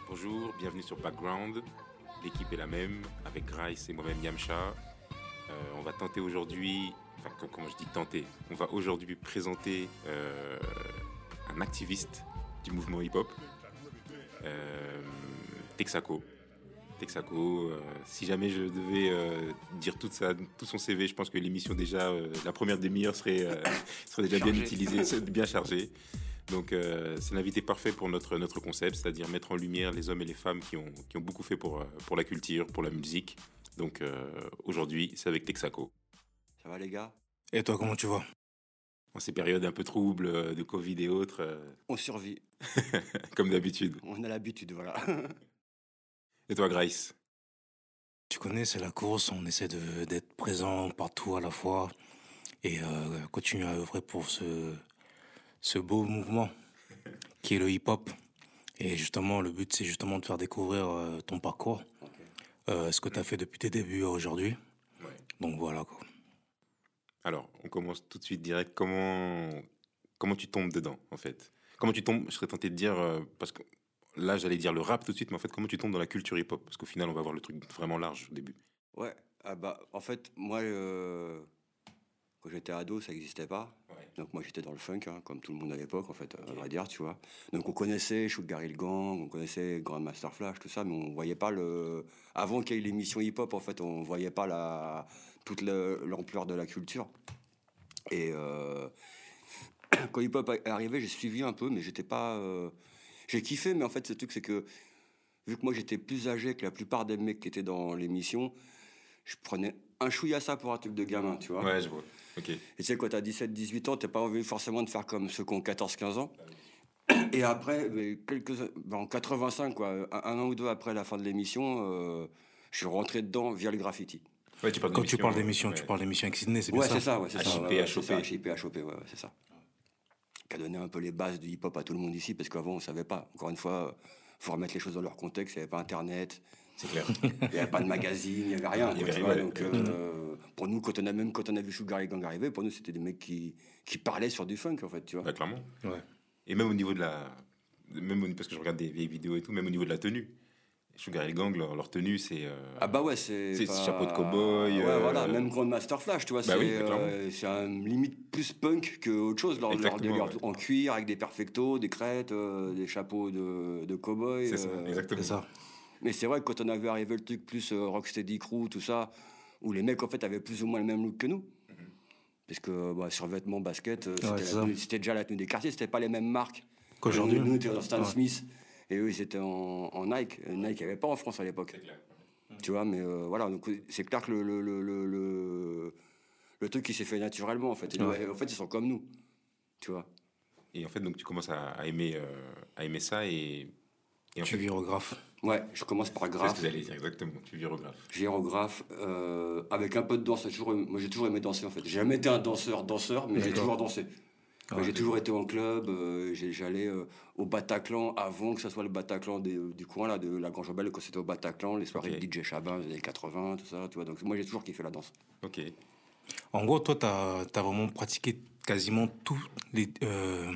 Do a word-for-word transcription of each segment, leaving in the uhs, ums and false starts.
Bonjour, bienvenue sur Background. L'équipe est la même, avec Grice et moi-même Yamcha. Euh, on va tenter aujourd'hui, enfin comment je dis tenter, on va aujourd'hui présenter euh, un activiste du mouvement hip-hop, euh, Texaco. Texaco, euh, si jamais je devais euh, dire toute sa, tout son C V, je pense que l'émission déjà, euh, la première demi-heure serait, euh, serait déjà bien utilisée, bien chargée. Donc euh, c'est l'invité parfait pour notre, notre concept, c'est-à-dire mettre en lumière les hommes et les femmes qui ont, qui ont beaucoup fait pour, pour la culture, pour la musique. Donc euh, aujourd'hui, c'est avec Texaco. Ça va les gars? Et toi, comment tu vas? En ces périodes un peu troubles de Covid et autres. Euh... On survit. Comme d'habitude. On a l'habitude, voilà. Et toi, Grice? Tu connais, c'est la course, on essaie de, d'être présent partout à la fois et euh, continuer à œuvrer pour ce, ce beau mouvement qui est le hip-hop. Et justement, le but, c'est justement de faire découvrir euh, ton parcours, okay. euh, ce que tu as fait depuis tes débuts à aujourd'hui. Ouais. Donc voilà, quoi. Alors, on commence tout de suite direct. Comment, comment tu tombes dedans, en fait? Comment tu tombes, je serais tenté de dire, euh, parce que là, j'allais dire le rap tout de suite, mais en fait, comment tu tombes dans la culture hip-hop? Parce qu'au final, on va voir le truc vraiment large au début. Ouais, ah bah, en fait, moi, euh, quand j'étais ado, ça n'existait pas. Ouais. Donc moi, j'étais dans le funk, hein, comme tout le monde à l'époque, en fait, okay. à vrai dire, tu vois. Donc on connaissait Shoot Gary le Gang, on connaissait Grandmaster Flash, tout ça, mais on voyait pas le... Avant qu'il y ait l'émission hip-hop, en fait, on voyait pas la... toute le... l'ampleur de la culture. Et euh... quand hip-hop est arrivé, j'ai suivi un peu, mais j'étais pas... Euh... J'ai kiffé, mais en fait, ce truc, c'est que vu que moi, j'étais plus âgé que la plupart des mecs qui étaient dans l'émission, je prenais un chouïa ça pour un truc de gamin, tu vois. Ouais, je vois. Ok. Et tu sais, quand t'as dix-sept dix-huit ans, t'as pas envie forcément de faire comme ceux qui ont quatorze quinze ans. Et après, quelques... ben, en quatre-vingt-cinq, quoi, un, un an ou deux après la fin de l'émission, euh, je suis rentré dedans via le graffiti. Ouais, tu parles Quand tu parles d'émission, ouais. tu parles d'émission avec Sydney, c'est bien ouais, ça? C'est ça, ouais, c'est ça. H I P, ouais, H O P. H I P, H O P, ouais, ouais, c'est ça. Qui a donné un peu les bases du hip-hop à tout le monde ici, parce qu'avant, on savait pas. Encore une fois, faut remettre les choses dans leur contexte. Il n'y avait pas Internet. C'est clair. Il n'y avait pas de magazine, il n'y avait rien. Il y avait quoi, rien. Donc, euh, pour nous, quand on a, même quand on a vu Sugar Ray Gang arriver, pour nous, c'était des mecs qui, qui parlaient sur du funk, en fait, tu vois. Bah, clairement. Ouais. Et même au niveau de la... Même au... Parce que je regarde des vieilles vidéos et tout, même au niveau de la tenue. Sugar Ray Gang, leur, leur tenue, c'est... Euh... Ah bah ouais, c'est... C'est pas... chapeau de cow-boy. Ouais, euh... voilà, même Grandmaster Flash, tu vois, bah c'est, oui, euh, c'est un limite plus punk qu'autre chose. Leur, leur délire ouais. En cuir, avec des perfectos, des crêtes, euh, des chapeaux de, de cow-boy. C'est ça, euh... exactement. C'est ça. Mais c'est vrai que quand on a vu arriver le truc plus euh, Rocksteady Crew, tout ça, où les mecs, en fait, avaient plus ou moins le même look que nous. Mm-hmm. Parce que bah, survêtement, basket, euh, ouais, c'était, tenue, c'était déjà la tenue des quartiers, c'était pas les mêmes marques. Qu'aujourd'hui. Nous, nous, on était dans Stan ouais. Smith, et eux, ils étaient en, en Nike. Nike, il n'y avait pas en France à l'époque. C'est clair. Tu vois, mais euh, voilà, donc c'est clair que le, le, le, le, le, le truc qui s'est fait naturellement, en fait. Et ouais. nous, en fait, ils sont comme nous, tu vois. Et en fait, donc, tu commences à, à, aimer, euh, à aimer ça et... et en tu fait, virographes. Ouais, je commence par graphe. C'est ce que j'allais dire, exactement, tu virographes. Virographe, euh, avec un peu de danse. Toujours, moi, j'ai toujours aimé danser, en fait. J'ai jamais été un danseur, danseur, mais D'accord. j'ai toujours dansé. Ouais, j'ai toujours été en club, euh, j'allais euh, au Bataclan avant que ce soit le Bataclan des, du coin, là, de la Grange Belle, quand c'était au Bataclan, les soirées okay. de D J Chabin, les années quatre-vingts, tout ça, tu vois. Donc moi, j'ai toujours kiffé la danse. Ok. En gros, toi, t'as as vraiment pratiqué quasiment tous les... Euh,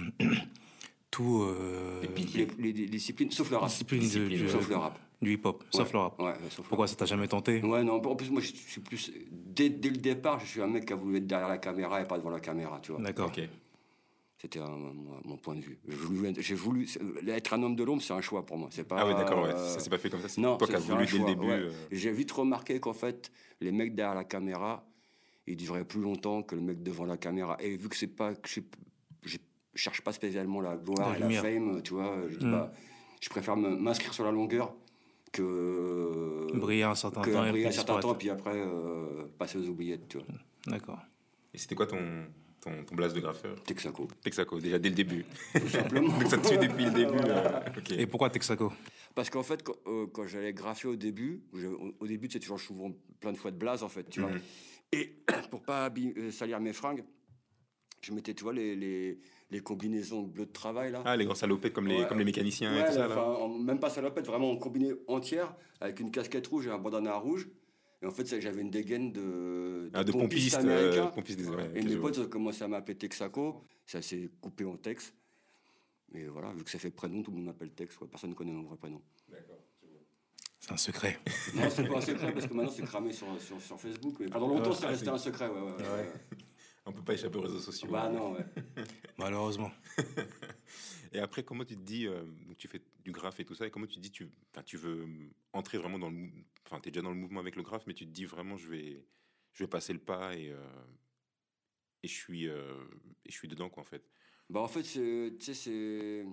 tout, euh, les, les, les disciplines, sauf le rap. Disciplines disciplines, de, du, sauf le rap. Du hip-hop, ouais, sauf le rap. Ouais, sauf Pourquoi ça t'a jamais tenté? Ouais, non, en plus, moi, je suis plus... Dès, dès le départ, je suis un mec qui a voulu être derrière la caméra et pas devant la caméra, tu vois. D'accord. Ok. C'était un, mon, mon point de vue. J'ai voulu, j'ai voulu être un homme de l'ombre, c'est un choix pour moi. C'est pas. Ah oui, d'accord. Euh, ouais. Ça s'est pas fait comme ça. C'est non, toi qui as voulu dès le début. Ouais. Euh... J'ai vite remarqué qu'en fait, les mecs derrière la caméra, ils dureraient plus longtemps que le mec devant la caméra. Et vu que c'est pas, que je, je cherche pas spécialement la gloire la et lumière. La fame, tu vois, je dis mm. bah, je préfère m'inscrire sur la longueur que briller un certain que temps, briller un certain temps, puis après euh, passer aux oubliettes, tu vois. D'accord. Et c'était quoi ton Ton, ton blase de graffeur? Texaco. Texaco, déjà dès le début. Tout simplement. Donc ça te suit depuis le début. Voilà. Euh, okay. Et pourquoi Texaco? Parce qu'en fait, quand, euh, quand j'allais graffer au début, je, au, au début, c'est toujours souvent plein de fois de blase, en fait, tu mm-hmm. vois. Et pour pas euh, salir mes fringues, je mettais, tu vois, les, les, les combinaisons bleues de travail, là. Ah, les grands salopettes comme, ouais, les, comme les mécaniciens ouais, et tout ça, là. En, même pas salopettes, vraiment en combiné entière, avec une casquette rouge et un bandana rouge. Et en fait, j'avais une dégaine de, de, ah, de pompiste, pompiste américain. Euh, pompiste des... ouais, et mes potes ont commencé à m'appeler Texaco. Ça s'est coupé en Tex. Mais voilà, vu que ça fait prénom, tout le monde m'appelle Tex, quoi. Personne ne connaît mon vrai prénom. D'accord. C'est un secret. Non, c'est pas un secret parce que maintenant c'est cramé sur, sur, sur Facebook. Mais pendant longtemps, Ouais, c'est ah, resté c'est- un secret. Ouais, ouais, ouais, Ouais. ouais. On peut pas échapper aux réseaux sociaux. Bah non, ouais. Malheureusement. Et après, comment tu te dis, euh, donc tu fais du graphe et tout ça, et comment tu te dis, tu, enfin, tu veux entrer vraiment dans le, mou- enfin, t'es déjà dans le mouvement avec le graphe, mais tu te dis vraiment, je vais, je vais passer le pas et, euh, et je suis, euh, et je suis dedans, quoi, en fait. Bah en fait, c'est, tu sais, c'est,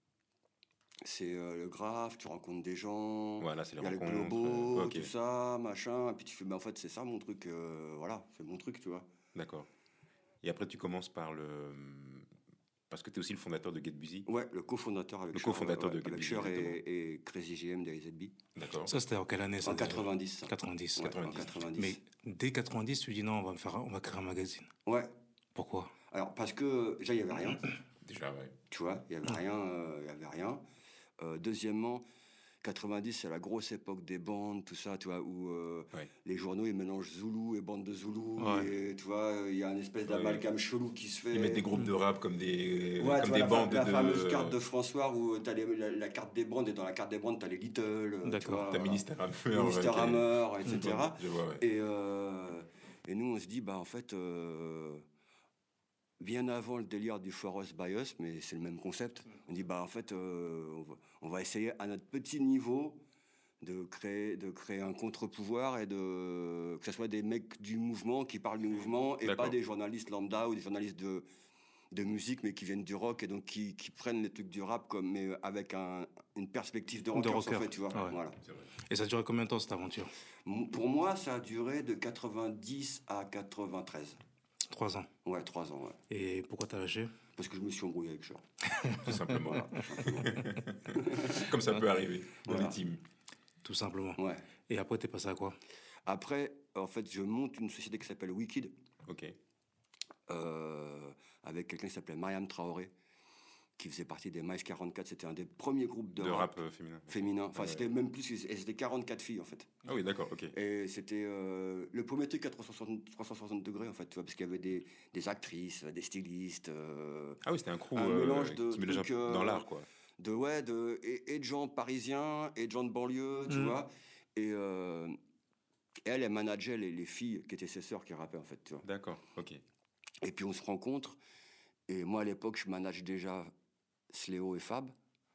c'est euh, le graphe, tu rencontres des gens, Voilà, c'est les il y a le rencontres. globo, euh, ok, tout ça, machin, et puis tu fais, bah en fait, c'est ça mon truc, euh, voilà, c'est mon truc, tu vois. d'accord. Et après, tu commences par le, parce que tu es aussi le fondateur de Get Busy. Ouais, le cofondateur avec Le Cher, cofondateur ouais, de ouais, Get avec Busy, Cher exactement. et, et Crazy G M des Z B. D'accord. Ça, c'était en quelle année ça, En déjà quatre-vingt-dix. ça. quatre-vingt-dix. Ouais, en quatre-vingt-dix. quatre-vingt-dix. Mais dès quatre-vingt-dix, tu dis non, on va, me faire, un- on va créer un magazine. Ouais. Pourquoi? Alors parce que déjà il y avait rien, Déjà, ouais. tu vois, il y avait rien, euh, il y avait rien. Euh, deuxièmement, quatre-vingt-dix c'est la grosse époque des bandes, tout ça, tu vois, où euh, Ouais. les journaux ils mélangent Zoulou et bande de Zoulou, Ouais. et tu vois, il y a une espèce Ouais. d'amalgame chelou qui se fait. Ils mettent des groupes de rap comme des, Ouais, tu comme vois, des la, fa- bandes la de. fameuse carte de François où t'as les- la, la carte des bandes, et dans la carte des bandes t'as les Little, euh, tu D'accord. vois, T'as voilà. Ministère Hammer. Minister ouais, Hammer, et qui- cetera. Je vois, ouais. Et, euh, et nous, on se dit, bah, en fait, euh, bien avant le délire du For Us by Us, mais c'est le même concept, on dit, bah, en fait, euh, on, va, on va essayer à notre petit niveau de créer, de créer un contre-pouvoir et de, que ce soit des mecs du mouvement qui parlent du mouvement et D'accord. pas des journalistes lambda ou des journalistes de, de musique, mais qui viennent du rock et donc qui, qui prennent les trucs du rap comme, mais avec un, une perspective de rocker, en rocker. fait, tu vois. Ouais. Voilà. C'est vrai. Et ça a duré combien de temps cette aventure? M- Pour moi, ça a duré de quatre-vingt-dix à quatre-vingt-treize. Trois ans. Ouais, trois ans, ouais. Et pourquoi t'as lâché? Parce que je me suis embrouillé avec Cher. Tout simplement. Voilà, tout simplement. Comme ça peut arriver dans Voilà. les teams. Tout simplement. Ouais. Et après, t'es passé à quoi? Après, en fait, je monte une société qui s'appelle Wicked, Ok. euh, avec quelqu'un qui s'appelait Mariam Traoré, qui faisait partie des Maïs quarante-quatre. C'était un des premiers groupes de, De rap, rap euh, féminin. féminin. Enfin, Ouais. c'était même plus, et c'était quarante-quatre filles, en fait. Ah oui, d'accord, ok. Et c'était euh, le premier truc à trois cent soixante, trois cent soixante degrés, en fait, tu vois, parce qu'il y avait des, des actrices, des stylistes, euh, Ah oui, c'était un crew Un euh, mélange de qui mélangeait trucs, euh, dans l'art, quoi. de ouais de et, et de gens parisiens et de gens de banlieue, tu Mm. vois. Et, euh, et elle, elle manageait les, les filles qui étaient ses sœurs qui rappaient, en fait, tu vois. D'accord, ok. Et puis on se rencontre. Et moi, à l'époque, je manage déjà Sléo et Fab.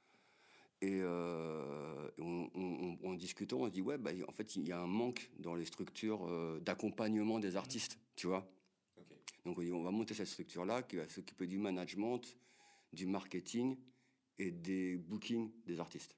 Et euh, on, on, on, en discutant, on se dit, ouais, bah, en fait, il y a un manque dans les structures euh, d'accompagnement des artistes, tu vois. Ok. Donc on dit, on va monter cette structure-là qui va s'occuper du management, du marketing et des bookings des artistes.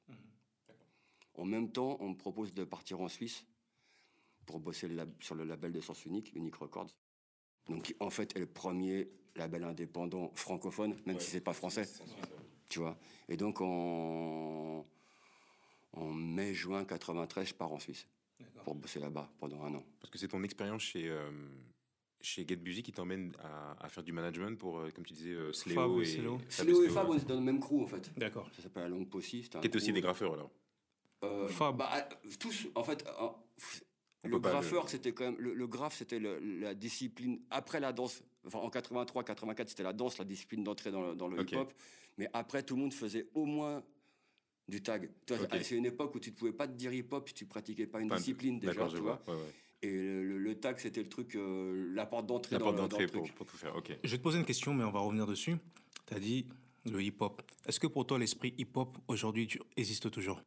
En même temps, on me propose de partir en Suisse pour bosser le lab- sur le label de Sens Unique, Unique Records. Donc, qui, en fait, est le premier label indépendant francophone, même Ouais. si c'est pas français, C'est- c'est- c'est- tu vois. Et donc, en, en mai-juin quatre-vingt-treize, je pars en Suisse pour bosser là-bas pendant un an. Parce que c'est ton expérience chez, euh, chez Get Busy qui t'emmène à, à faire du management pour, euh, comme tu disais, euh, Sléo Fab et et Sléo. Sléo et Fab, on était dans le même crew, en fait. D'accord. Ça s'appelle la Longue Possi. c'était un Qui est aussi crew. des graffeurs, alors. Euh, Fab. bah, euh, tous, en fait, euh, On le peut pas graffeur, le- c'était quand même le, le graphe, c'était le- la discipline après la danse. Enfin, en quatre-vingt-trois, quatre-vingt-quatre, c'était la danse, la discipline d'entrée dans le, dans le Ok. hip-hop. Mais après, tout le monde faisait au moins du tag. Tu vois, Ok. c'est une époque où tu ne pouvais pas te dire hip-hop si tu pratiquais pas une Pas- discipline déjà, D'accord, tu je vois. vois. Ouais, ouais. Et le, le- le tag, c'était le truc, euh, la porte d'entrée La dans, porte le- dans d'entrée le pour, truc. pour tout faire, ok. Je vais te poser une question, mais on va revenir dessus. Tu as dit le hip-hop. Est-ce que pour toi, l'esprit hip-hop aujourd'hui tu- existe toujours?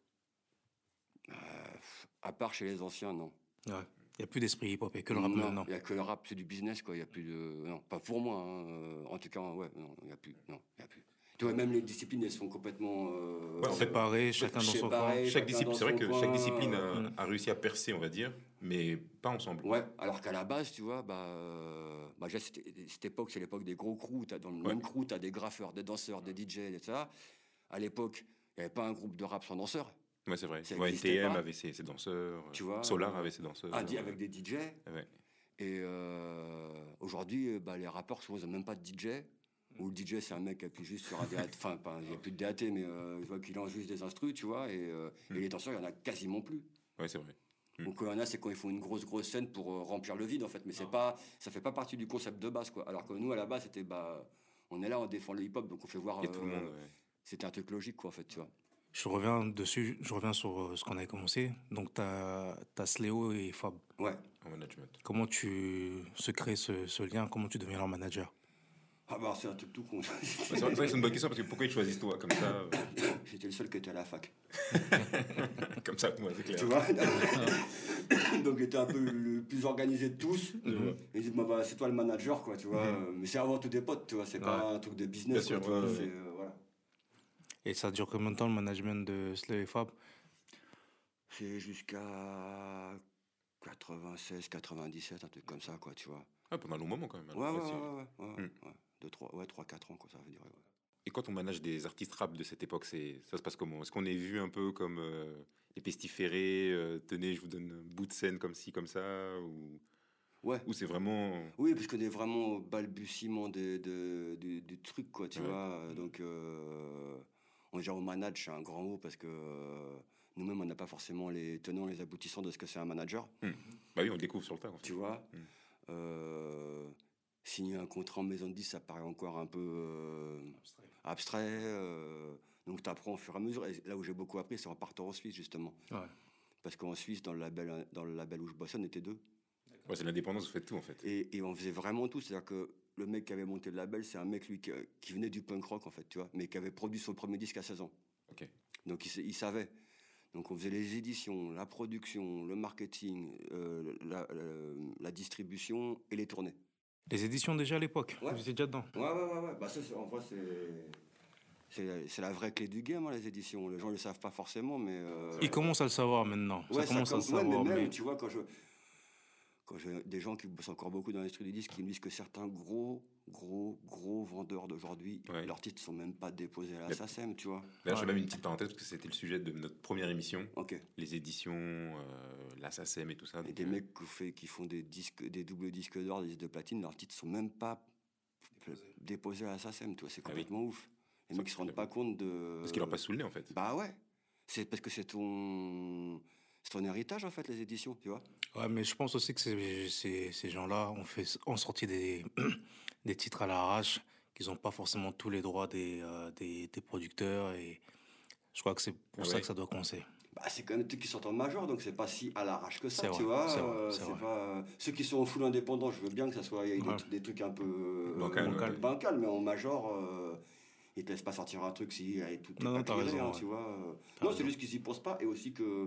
À part chez les anciens, non. Ouais. Il n'y a plus d'esprit hip-hop, il n'y a que le rap Non, maintenant. il n'y a que le rap, c'est du business, quoi. Il n'y a plus de... Non, pas pour moi, hein. Euh, En tout cas, ouais, non, il n'y a plus. Non, il y a plus. Tu vois, même les disciplines, elles sont complètement... Euh, Ouais, en fait, Séparés, chacun dans son coin. séparées, Chaque chacun discipline, dans c'est vrai son que coin. chaque discipline a, Mm. a réussi à percer, on va dire, mais pas ensemble. Ouais, alors qu'à la base, tu vois, bah, euh, bah déjà, c'était- cette époque, c'est l'époque des gros crews. T'as dans le Ouais. même crew, tu as des graffeurs, des danseurs, des D J, et cetera. À l'époque, il n'y avait pas un groupe de rap sans danseurs. Ouais, c'est vrai. Ça Ouais, existait N T M pas. avait ses, ses danseurs. Tu vois, Solar euh, avait ses danseurs. Ah, dit avec des D J. Ouais. Et euh, aujourd'hui, euh, bah, les rappeurs, souvent, ils n'ont même pas de D J. Ou le D J, c'est un mec qui appuie juste sur un D A T. Enfin, pas- il n'y a plus de D A T, mais euh, je vois qu'il lance juste des instrus, tu vois. Et, euh, Mm. et les danseurs, il n'y en a quasiment plus. Ouais, c'est vrai. Mm. Donc, il y en a, c'est quand ils font une grosse, grosse scène pour euh, remplir le vide, en fait. Mais c'est pas, ça fait pas partie du concept de base, quoi. Alors que nous, à la base, c'était, bah, on est là, on défend le hip-hop, donc on fait voir. Il y a tout le euh, monde. Ouais. c'était un truc logique, quoi, en fait, tu vois. Je reviens dessus, je reviens sur euh, ce qu'on avait commencé. Donc, tu as Sléo et Fab. Ouais. En management. Comment tu se crées ce, ce lien? Comment tu deviens leur manager? Ah bah c'est un truc tout con. C'est vrai que c'est une bonne question parce que pourquoi ils choisissent toi comme ça euh... J'étais le seul qui était à la fac. Comme ça, moi, c'est clair. Tu vois. Donc j'étais un peu le plus organisé de tous. Mm-hmm. Et ils disent bah, bah, c'est toi le manager, quoi, tu vois. Mm-hmm. Mais c'est avant tout des potes, tu vois. C'est ouais. pas un truc de business. Bien quoi, sûr, tu ouais, vois, ouais. euh, voilà. Et ça dure combien de temps le management de Sléo et Fab? C'est jusqu'à quatre-vingt-seize, quatre-vingt-dix-sept, un truc comme ça, quoi, tu vois. Ah, pendant un long moment quand même. Ouais, ouais, ouais, ouais, ouais, ouais, mm. ouais. Deux, trois, ouais, trois, quatre ans, quoi, ça veut dire. Ouais. Et quand on manage des artistes rap de cette époque, c'est, ça se passe comment? Est-ce qu'on est vu un peu comme euh, les pestiférés, euh, tenez, je vous donne un bout de scène comme ci, comme ça, ou... Ouais. Ou c'est vraiment... Oui, parce qu'on est vraiment au balbutiement du de, de, de, truc, quoi, tu ouais. vois. Donc, euh, on gère au manage, c'est un grand mot, parce que euh, nous-mêmes, on n'a pas forcément les tenants, les aboutissants de ce que c'est un manager. Mmh. Bah oui, on le découvre sur le tas, en fait. Tu vois mmh. euh, signer un contrat en maison de disques, ça paraît encore un peu euh, abstrait. abstrait euh, donc, tu apprends au fur et à mesure. Et là où j'ai beaucoup appris, c'est en partant en Suisse, justement. Ouais. Parce qu'en Suisse, dans le label, dans le label où je bossais, on était deux. Ouais, c'est l'indépendance, vous faites tout, en fait. Et, et on faisait vraiment tout. C'est-à-dire que le mec qui avait monté le label, c'est un mec, lui, qui, qui venait du punk rock, en fait, tu vois, mais qui avait produit son premier disque à seize ans. Okay. Donc, il, il savait. Donc, on faisait les éditions, la production, le marketing, euh, la, la, la distribution et les tournées. Les éditions déjà à l'époque, ouais. Vous étiez déjà dedans. Ouais, ouais, ouais. ouais. Bah, ça, c'est, en vrai, c'est, c'est, c'est la vraie clé du game, hein, les éditions. Les gens ne le savent pas forcément, mais... Euh... Ils commencent à le savoir maintenant. Ouais, ça commence ça com- à le savoir. Ouais, mais même, mais... tu vois, quand je... Quand j'ai des gens qui bossent encore beaucoup dans l'industrie du disque, qui me disent que certains gros, gros, gros vendeurs d'aujourd'hui, ouais. leurs titres ne sont même pas déposés à la SACEM, tu vois. D'ailleurs, je fais même une petite parenthèse, parce que c'était le sujet de notre première émission. Okay. Les éditions, euh, la SACEM et tout ça. Et des euh... mecs qui, fait, qui font des, disques, des doubles disques d'or, des disques de platine, leurs titres ne sont même pas déposés, déposés à la SACEM, tu vois. C'est complètement ah oui. ouf. Les mecs ne se rendent pas compte de... Parce qu'ils leur passent sous le nez, en fait. Bah ouais. C'est parce que c'est ton... C'est ton héritage, en fait, les éditions, tu vois. Ouais, mais je pense aussi que c'est, c'est, ces gens-là ont, fait, ont sorti des, des titres à l'arrache, qu'ils n'ont pas forcément tous les droits des, euh, des, des producteurs. Et je crois que c'est pour ah ça ouais. que ça doit commencer. Bah, c'est quand même des trucs qui sortent en major, donc c'est pas si à l'arrache que ça, c'est tu vrai, vois. C'est vrai, euh, c'est c'est vrai. Pas... Ceux qui sont en full indépendant, je veux bien que ça soit y ait ouais. des, des trucs un peu bancal, euh, bancal. bancal, mais en major... Euh... Ils ne te laissent pas sortir un truc si tout est non, pas non, clairé, raison, hein, ouais. tu vois. T'as non, raison. C'est juste qu'ils s'y pensent pas, et aussi que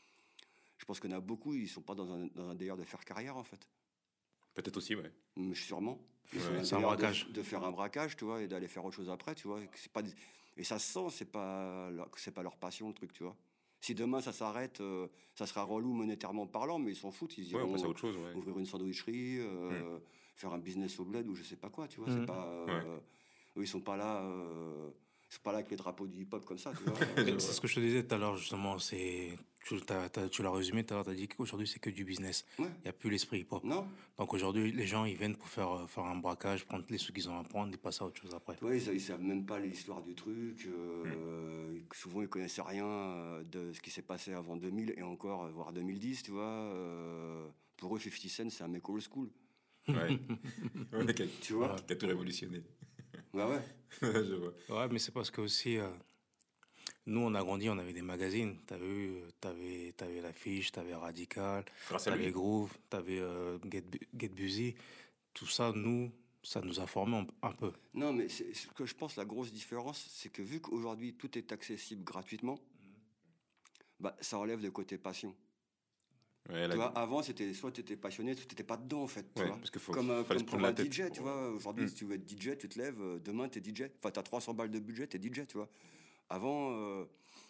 je pense qu'il y en a beaucoup, ils sont pas dans un, dans un délire de faire carrière, en fait. Peut-être aussi, ouais. Mais sûrement. Ouais, c'est un braquage. De, de faire un braquage, tu vois, et d'aller faire autre chose après, tu vois. C'est pas des... Et ça se sent, c'est pas, c'est pas leur passion, le truc, tu vois. Si demain ça s'arrête, euh, ça sera relou monétairement parlant, mais ils s'en foutent. Ils ouais, iront on passe à autre chose, ouais. ouvrir une sandwicherie, euh, mmh. faire un business au bled ou je sais pas quoi, tu vois. Mmh. C'est pas, euh, ouais. eux, ils sont pas là. Euh, C'est pas là avec les drapeaux du hip-hop comme ça, tu vois. C'est ce que je te disais tout à l'heure, justement. C'est, tu, t'as, t'as, tu l'as résumé tout à l'heure, tu as dit qu'aujourd'hui, c'est que du business. Il ouais. n'y a plus l'esprit hip-hop. Non. Donc aujourd'hui, les gens, ils viennent pour faire, faire un braquage, prendre les sous qu'ils ont à prendre et passer à autre chose après. Oui, ils ne savent même pas l'histoire du truc. Euh, mmh. Souvent, ils ne connaissent rien de ce qui s'est passé avant deux mille et encore, voire deux mille dix, tu vois. Euh, pour eux, fifty Cent, c'est un mec old school. Ouais. ouais tu vois. Qui a tout révolutionné. Bah ouais. Je vois. Ouais, mais c'est parce que aussi, euh, nous, on a grandi, on avait des magazines. T'as vu, t'avais, t'avais l'affiche, t'avais Radical, Grâce t'avais Groove, t'avais euh, Get, Get Busy. Tout ça, nous, ça nous a formés un, un peu. Non, mais c'est, ce que je pense, la grosse différence, c'est que vu qu'aujourd'hui, tout est accessible gratuitement, mmh. bah, ça enlève le côté passion. Ouais, tu la... vois, avant, c'était soit tu étais passionné, soit tu n'étais pas dedans, en fait. Tu ouais, vois parce que faut, comme euh, comme pour un D J, tête. tu vois. Aujourd'hui, mmh. si tu veux être D J, tu te lèves, euh, demain, tu es D J. Enfin, tu as trois cents balles de budget, tu es D J, tu vois. Avant, euh,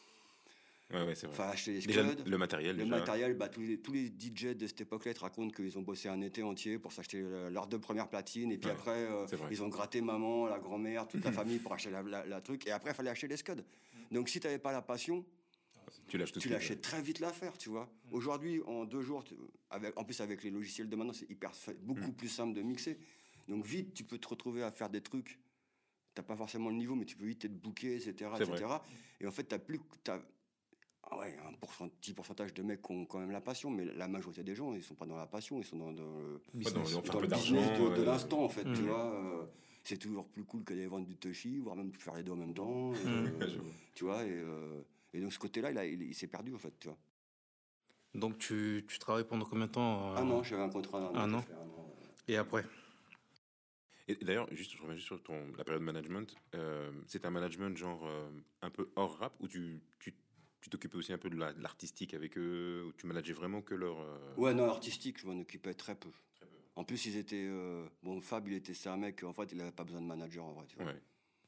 ouais, ouais, c'est vrai. Acheter les déjà, scuds, le matériel. Le déjà. matériel, bah, tous, les, tous les D J de cette époque-là, ils te racontent qu'ils ont bossé un été entier pour s'acheter leurs deux premières platines. Et puis ouais, après, euh, ils ont gratté maman, la grand-mère, toute la famille pour acheter la, la, la truc. Et après, il fallait acheter les scuds. Donc, si tu n'avais pas la passion, tu lâches tout tu lâchais très vite l'affaire, tu vois. Mmh. Aujourd'hui, en deux jours, tu, avec, en plus avec les logiciels de maintenant, c'est hyper, beaucoup mmh. plus simple de mixer. Donc vite, tu peux te retrouver à faire des trucs. T'as pas forcément le niveau, mais tu peux vite être booké, et cetera, et cetera. Et en fait, t'as plus, t'as, ah ouais, un pourcent, petit pourcentage de mecs qui ont quand même la passion, mais la majorité des gens, ils sont pas dans la passion, ils sont dans, dans le business, dans, dans le business de, de l'instant, en fait, mmh. tu vois. Euh, c'est toujours plus cool que d'aller vendre du Toshi, voire même faire les deux en même temps. Euh, Mmh. tu vois, et, euh, et donc ce côté-là, il, a- il, il s'est perdu en fait, tu vois. Donc tu, tu travailles pendant combien de temps euh, Un an, j'avais un contrat d'un an. un j'ai an. fait un an, euh. Et après? Et d'ailleurs, juste, je reviens juste sur ton, la période management. Euh, c'est un management genre euh, un peu hors rap où tu, tu, tu t'occupais aussi un peu de la- de l'artistique avec eux, où tu manageais vraiment que leur. euh, Ouais, non, artistique, je m'en occupais très peu. Très peu. En plus, ils étaient. euh, Bon, Fab, il était. C'est un mec, en fait, il avait pas besoin de manager, en vrai, tu vois. Ouais.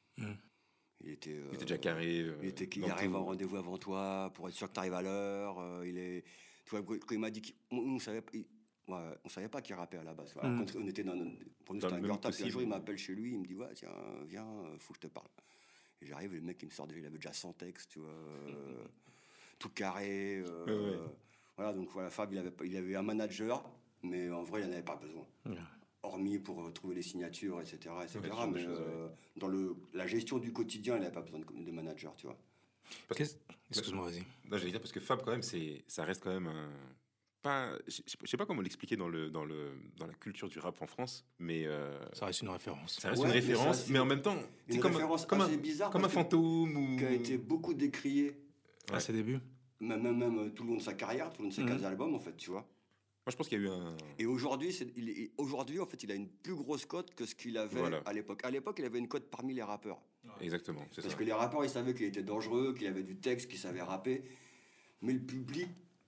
Il était. euh, Il était déjà carré. euh, Il, était, il dans arrive tout. en rendez-vous avant toi pour être sûr que tu arrives à l'heure. euh, il est, tu vois, quand il m'a dit qu'on on savait, pas- il- ouais, on savait pas qu'il rappait à la base. Alors, Mm. quand on était dans, notre- pour nous Dans c'était le un même girl tap. Puis un possible. jour il m'appelle chez lui, il me dit ouais tiens viens, euh, faut que je te parle. Et j'arrive, et le mec il me sort déjà, il avait déjà cent textes, tu vois, euh, tout carré. euh, Ouais, ouais. Voilà, donc voilà, Fab il avait, pas- il avait un manager, mais en vrai il n'en avait pas besoin. Ouais. Hormis pour euh, trouver les signatures, et cetera, et cetera. Ouais, ce genre de mais choses, euh, dans le, la gestion du quotidien, il n'avait pas besoin de, de manager, tu vois. Qu'est-ce- Excuse-moi, vas-y. Non, j'allais dire parce que Fab, quand même, c'est, ça reste quand même un. Pas, je sais je sais pas comment l'expliquer dans, le, dans, le, dans la culture du rap en France, mais euh, Ça reste une référence. ça reste Ouais, une mais référence, ça, c'est mais, en même temps, une c'est comme, référence comme, assez un, bizarre comme un parce que- fantôme ou. Qui a été beaucoup décrié, À Ouais. ses débuts. même, même, même euh, tout le long de sa carrière, tout le long de ses Mhm. quinze albums, en fait, tu vois. Moi, je pense qu'il y a eu un. Et aujourd'hui, c'est- il est- aujourd'hui, en fait, il a une plus grosse cote que ce qu'il avait Voilà. à l'époque. À l'époque, il avait une cote parmi les rappeurs. Exactement, c'est Parce ça. que les rappeurs, ils savaient qu'il était dangereux, qu'il avait du texte, qu'il savait rapper. Mais le public,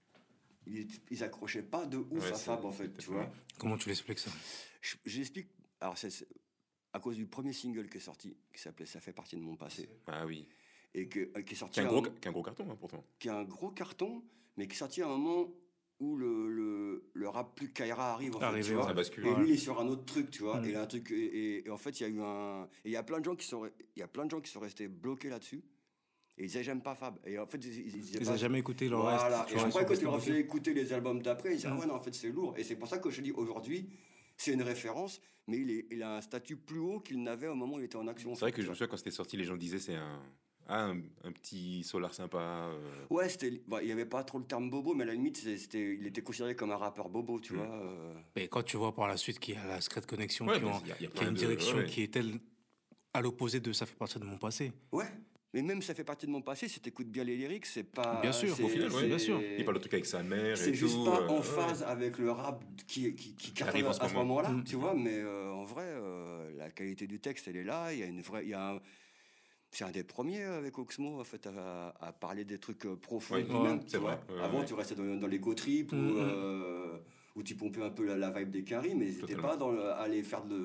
ils, ils accrochaient pas de ouf Ouais, à c'est- Fab, en fait, c'était tu vois. pas- Comment tu l'expliques ça? Je- J'explique. Alors, c'est c'est à cause du premier single qui est sorti, qui s'appelait Ça fait partie de mon passé. Ah oui. Et que, euh, qui est sorti Qui est un à gros, un- qui est un gros carton, hein, pourtant. qui est un gros carton, mais qui est sorti à un moment où le, le, le rap plus Kaira arrive, en fait, Arrivé, tu vois. Ça bascule. Et Ouais. lui, il est sur un autre truc, tu vois. Mm. Et, il y a un truc, et, et- et en fait, il y a eu un... Et il y a plein de gens qui sont, il y a plein de gens qui sont restés bloqués là-dessus. Et ils disaient, j'aime pas Fab. Et en fait, ils, ils, ils disaient Ils pas- n'ont jamais écouté le Voilà. reste. tu Et vois, ils après, sont quand ils leur restés faisaient écouter les albums d'après, ils disaient, Mm. ah ouais, non, en fait, c'est lourd. Et c'est pour ça que je dis, aujourd'hui, c'est une référence, mais il, est, il a un statut plus haut qu'il n'avait au moment où il était en action. C'est vrai que je me souviens quand c'était sorti, les gens disaient c'est un, ah, un, un petit solar sympa. euh. Ouais, c'était, bah, il n'y avait pas trop le terme bobo, mais à la limite, c'était- c'était, il était considéré comme un rappeur bobo, tu Mm. vois. euh. Mais quand tu vois par la suite qu'il y a la Secret Connection, Ouais, qui, mais ont- il y a- il y a qui a plein une de- direction ouais. qui est telle à l'opposé de ça fait partie de mon passé. Ouais, mais même ça fait partie de mon passé, si t'écoutes bien les lyrics, c'est pas... Bien sûr, c'est- au final, ouais, c'est- bien sûr. Il parle de trucs avec sa mère et C'est juste tout, pas euh, en ouais. phase avec le rap qui, qui, qui cartonne arrive en ce à ce moment. moment-là, Mm. tu vois, mais euh, en vrai, euh, la qualité du texte, elle est là, il y a une vraie... il y a un- C'est un des premiers avec Oxmo en fait, à, à parler des trucs euh, profonds Ouais, lui-même. ouais, c'est tu vrai, vois. ouais, Avant, ouais. tu restais dans, dans l'éco trip Mm, où, mm. euh, où tu pompais un peu la, la vibe des Quinry, mais c'était Totalement. pas dans le- aller faire de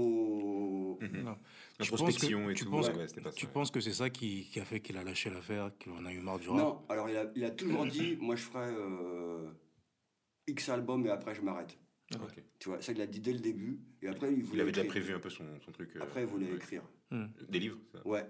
l'auto. Mhm. Non. Tu penses L'introspection que- et tu tout. penses ouais, que- ouais, c'était pas ça, Tu ouais. penses que c'est ça qui, qui a fait qu'il a lâché l'affaire, qu'il en a eu marre du rap? Non, alors il a, il a toujours dit, moi je ferai euh, X albums et après je m'arrête. Ok. Tu vois, ça il l'a dit dès le début. Et après il voulait Il avait déjà écrire. prévu un peu son, son truc. euh, Après il voulait ouais. écrire. Hmm. Des livres ça. Ouais.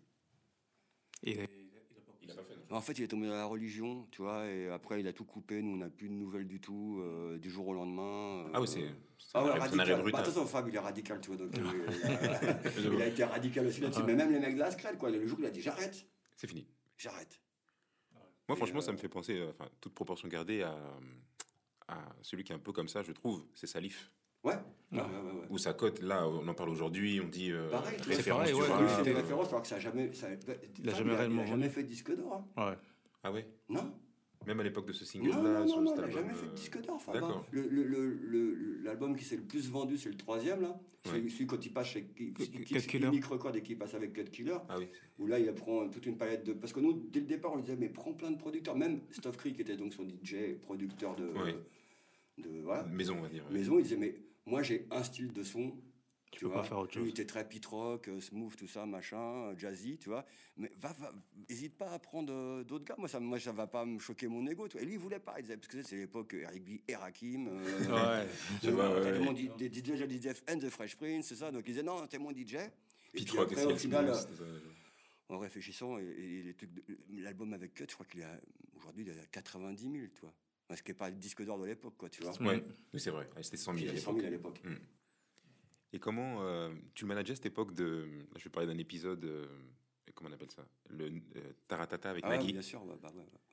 Et- Il a pas fait. non. En fait, il est tombé dans la religion, tu vois, et après il a tout coupé. Nous, on n'a plus de nouvelles du tout euh, du jour au lendemain. euh. Ah oui, c'est. c'est Ah un ouais, arrêt- c'est un radical. arrêt Bah, brutal. attention, Fab, il est radical, tu vois. Donc, euh, il, a, il a été radical aussi là-dessus. Mais même les mecs de la Scred, quoi. Le jour où il a dit j'arrête, C'est fini. j'arrête. Moi, Et, franchement, ça euh, me fait penser, euh, enfin, toute proportion gardée, à, à celui qui est un peu comme ça, je trouve, c'est Salif. Ouais. Ouais, ouais, ouais, ouais. Où sa cote, là, on en parle aujourd'hui, on dit euh, Pareil, c'est référence pareil, du ouais, rap, Lui, ouais, c'est des euh, références, alors que ça a jamais. Ça, Il a Fab, jamais il réellement il a jamais vendu. fait de disque d'or. Hein. Ouais. Ah ouais. Non. Même à l'époque de ce Non, single-là, non, sur non, le non, il n'a album, jamais fait de euh, disque d'or, Fab. hein. D'accord. Le- le- le- le- L'album qui s'est le plus vendu, c'est le troisième, là. Celui, Ouais. celui quand il passe chez qui- qui- Cut qui- Killer. Unique Record et qui passe avec Cut Killer. Ah oui. Où là, il prend toute une palette de... Parce que nous, dès le départ, on disait, mais prends plein de producteurs. Même Stuff Creek, qui était donc son D J, producteur de... Oui. de voilà, Maison, on va dire. ouais. maison, il disait, mais moi, j'ai un style de son. Tu Tu peux vois, pas faire autre lui, chose. il était très pit rock, euh, smooth, tout ça, machin, euh, jazzy, tu vois. Mais va, va, hésite pas à prendre euh, d'autres gars. Moi, ça, moi, ça va pas me choquer mon ego. Tu vois. Et lui, il voulait pas. Il disait, parce que c'est l'époque euh, Eric B et Rakim. Euh, Ouais. Je vois, ouais, t'as ouais. mon D J, D J D F and The Fresh Prince, c'est ça. Donc, il disait, non, t'es mon D J. Et Pete puis Rock après, aussi, au final, Smooth, euh, c'était ça. en réfléchissant, et, et les trucs de- l'album avec Cut, je crois qu'il a aujourd'hui il a quatre-vingt-dix mille, tu vois. Ce qui n'est pas le disque d'or de l'époque, quoi, tu vois. Ouais, oui, c'est vrai. Ouais, c'était cent mille Il à avait cent l'époque. mille à l'époque. Mm. Et comment euh, tu le manageais à cette époque de. Là, je vais parler d'un épisode. euh, comment on appelle ça? Le euh, Taratata avec Ah, ouais, Nagui. bien sûr, ouais, bah, ouais, ouais.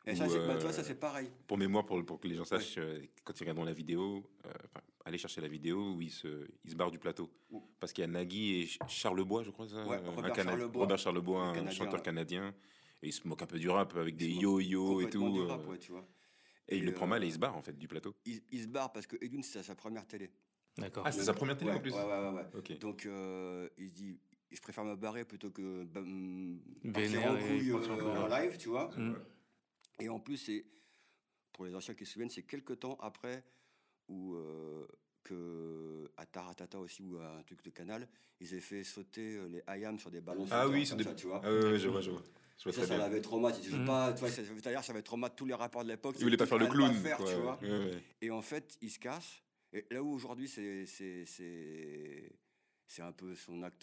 Et ça, Ou, c'est, bah, euh, toi, ça, c'est pareil. Pour mémoire, pour, pour que les gens sachent, ouais. euh, quand ils regardent la vidéo, euh, allez chercher la vidéo où il se, il se barre du plateau. Ouh. Parce qu'il y a Nagui et Charlebois, je crois, ça, ouais, un Robert, Cana- Charlebois, Robert Charlebois, un canadien, chanteur ouais. canadien. Et il se moque un peu du rap avec il des yo-yo et tout. Du rap, ouais, tu vois. Et, et il euh, le prend mal et il se barre, en fait, du plateau. Il, il se barre parce que Edwin, c'est sa première télé. D'accord. Ah, c'est sa première télé ouais, en plus. Ouais, ouais, ouais. ouais. Okay. Donc, euh, il se dit, je préfère me barrer plutôt que bah, partir en couille euh, en live, tu vois. Mmh. Et en plus, c'est, pour les anciens qui se souviennent, c'est quelques temps après où, euh, que, à Taratata aussi, ou à un truc de Canal, ils avaient fait sauter les I A M sur des ballons. Ah oui, c'est des... ça, tu vois. Ah ouais, ouais, je vois, je vois. Je ça, ça l'avait traumatisé. Mmh. Pas, tu vois, c'est-à-dire, ça avait traumatisé tous les rapports de l'époque. Il voulait pas faire le clown. Faire, tu vois. Ouais, ouais. Et en fait, il se casse. Et là où aujourd'hui, c'est, c'est, c'est, c'est un peu son acte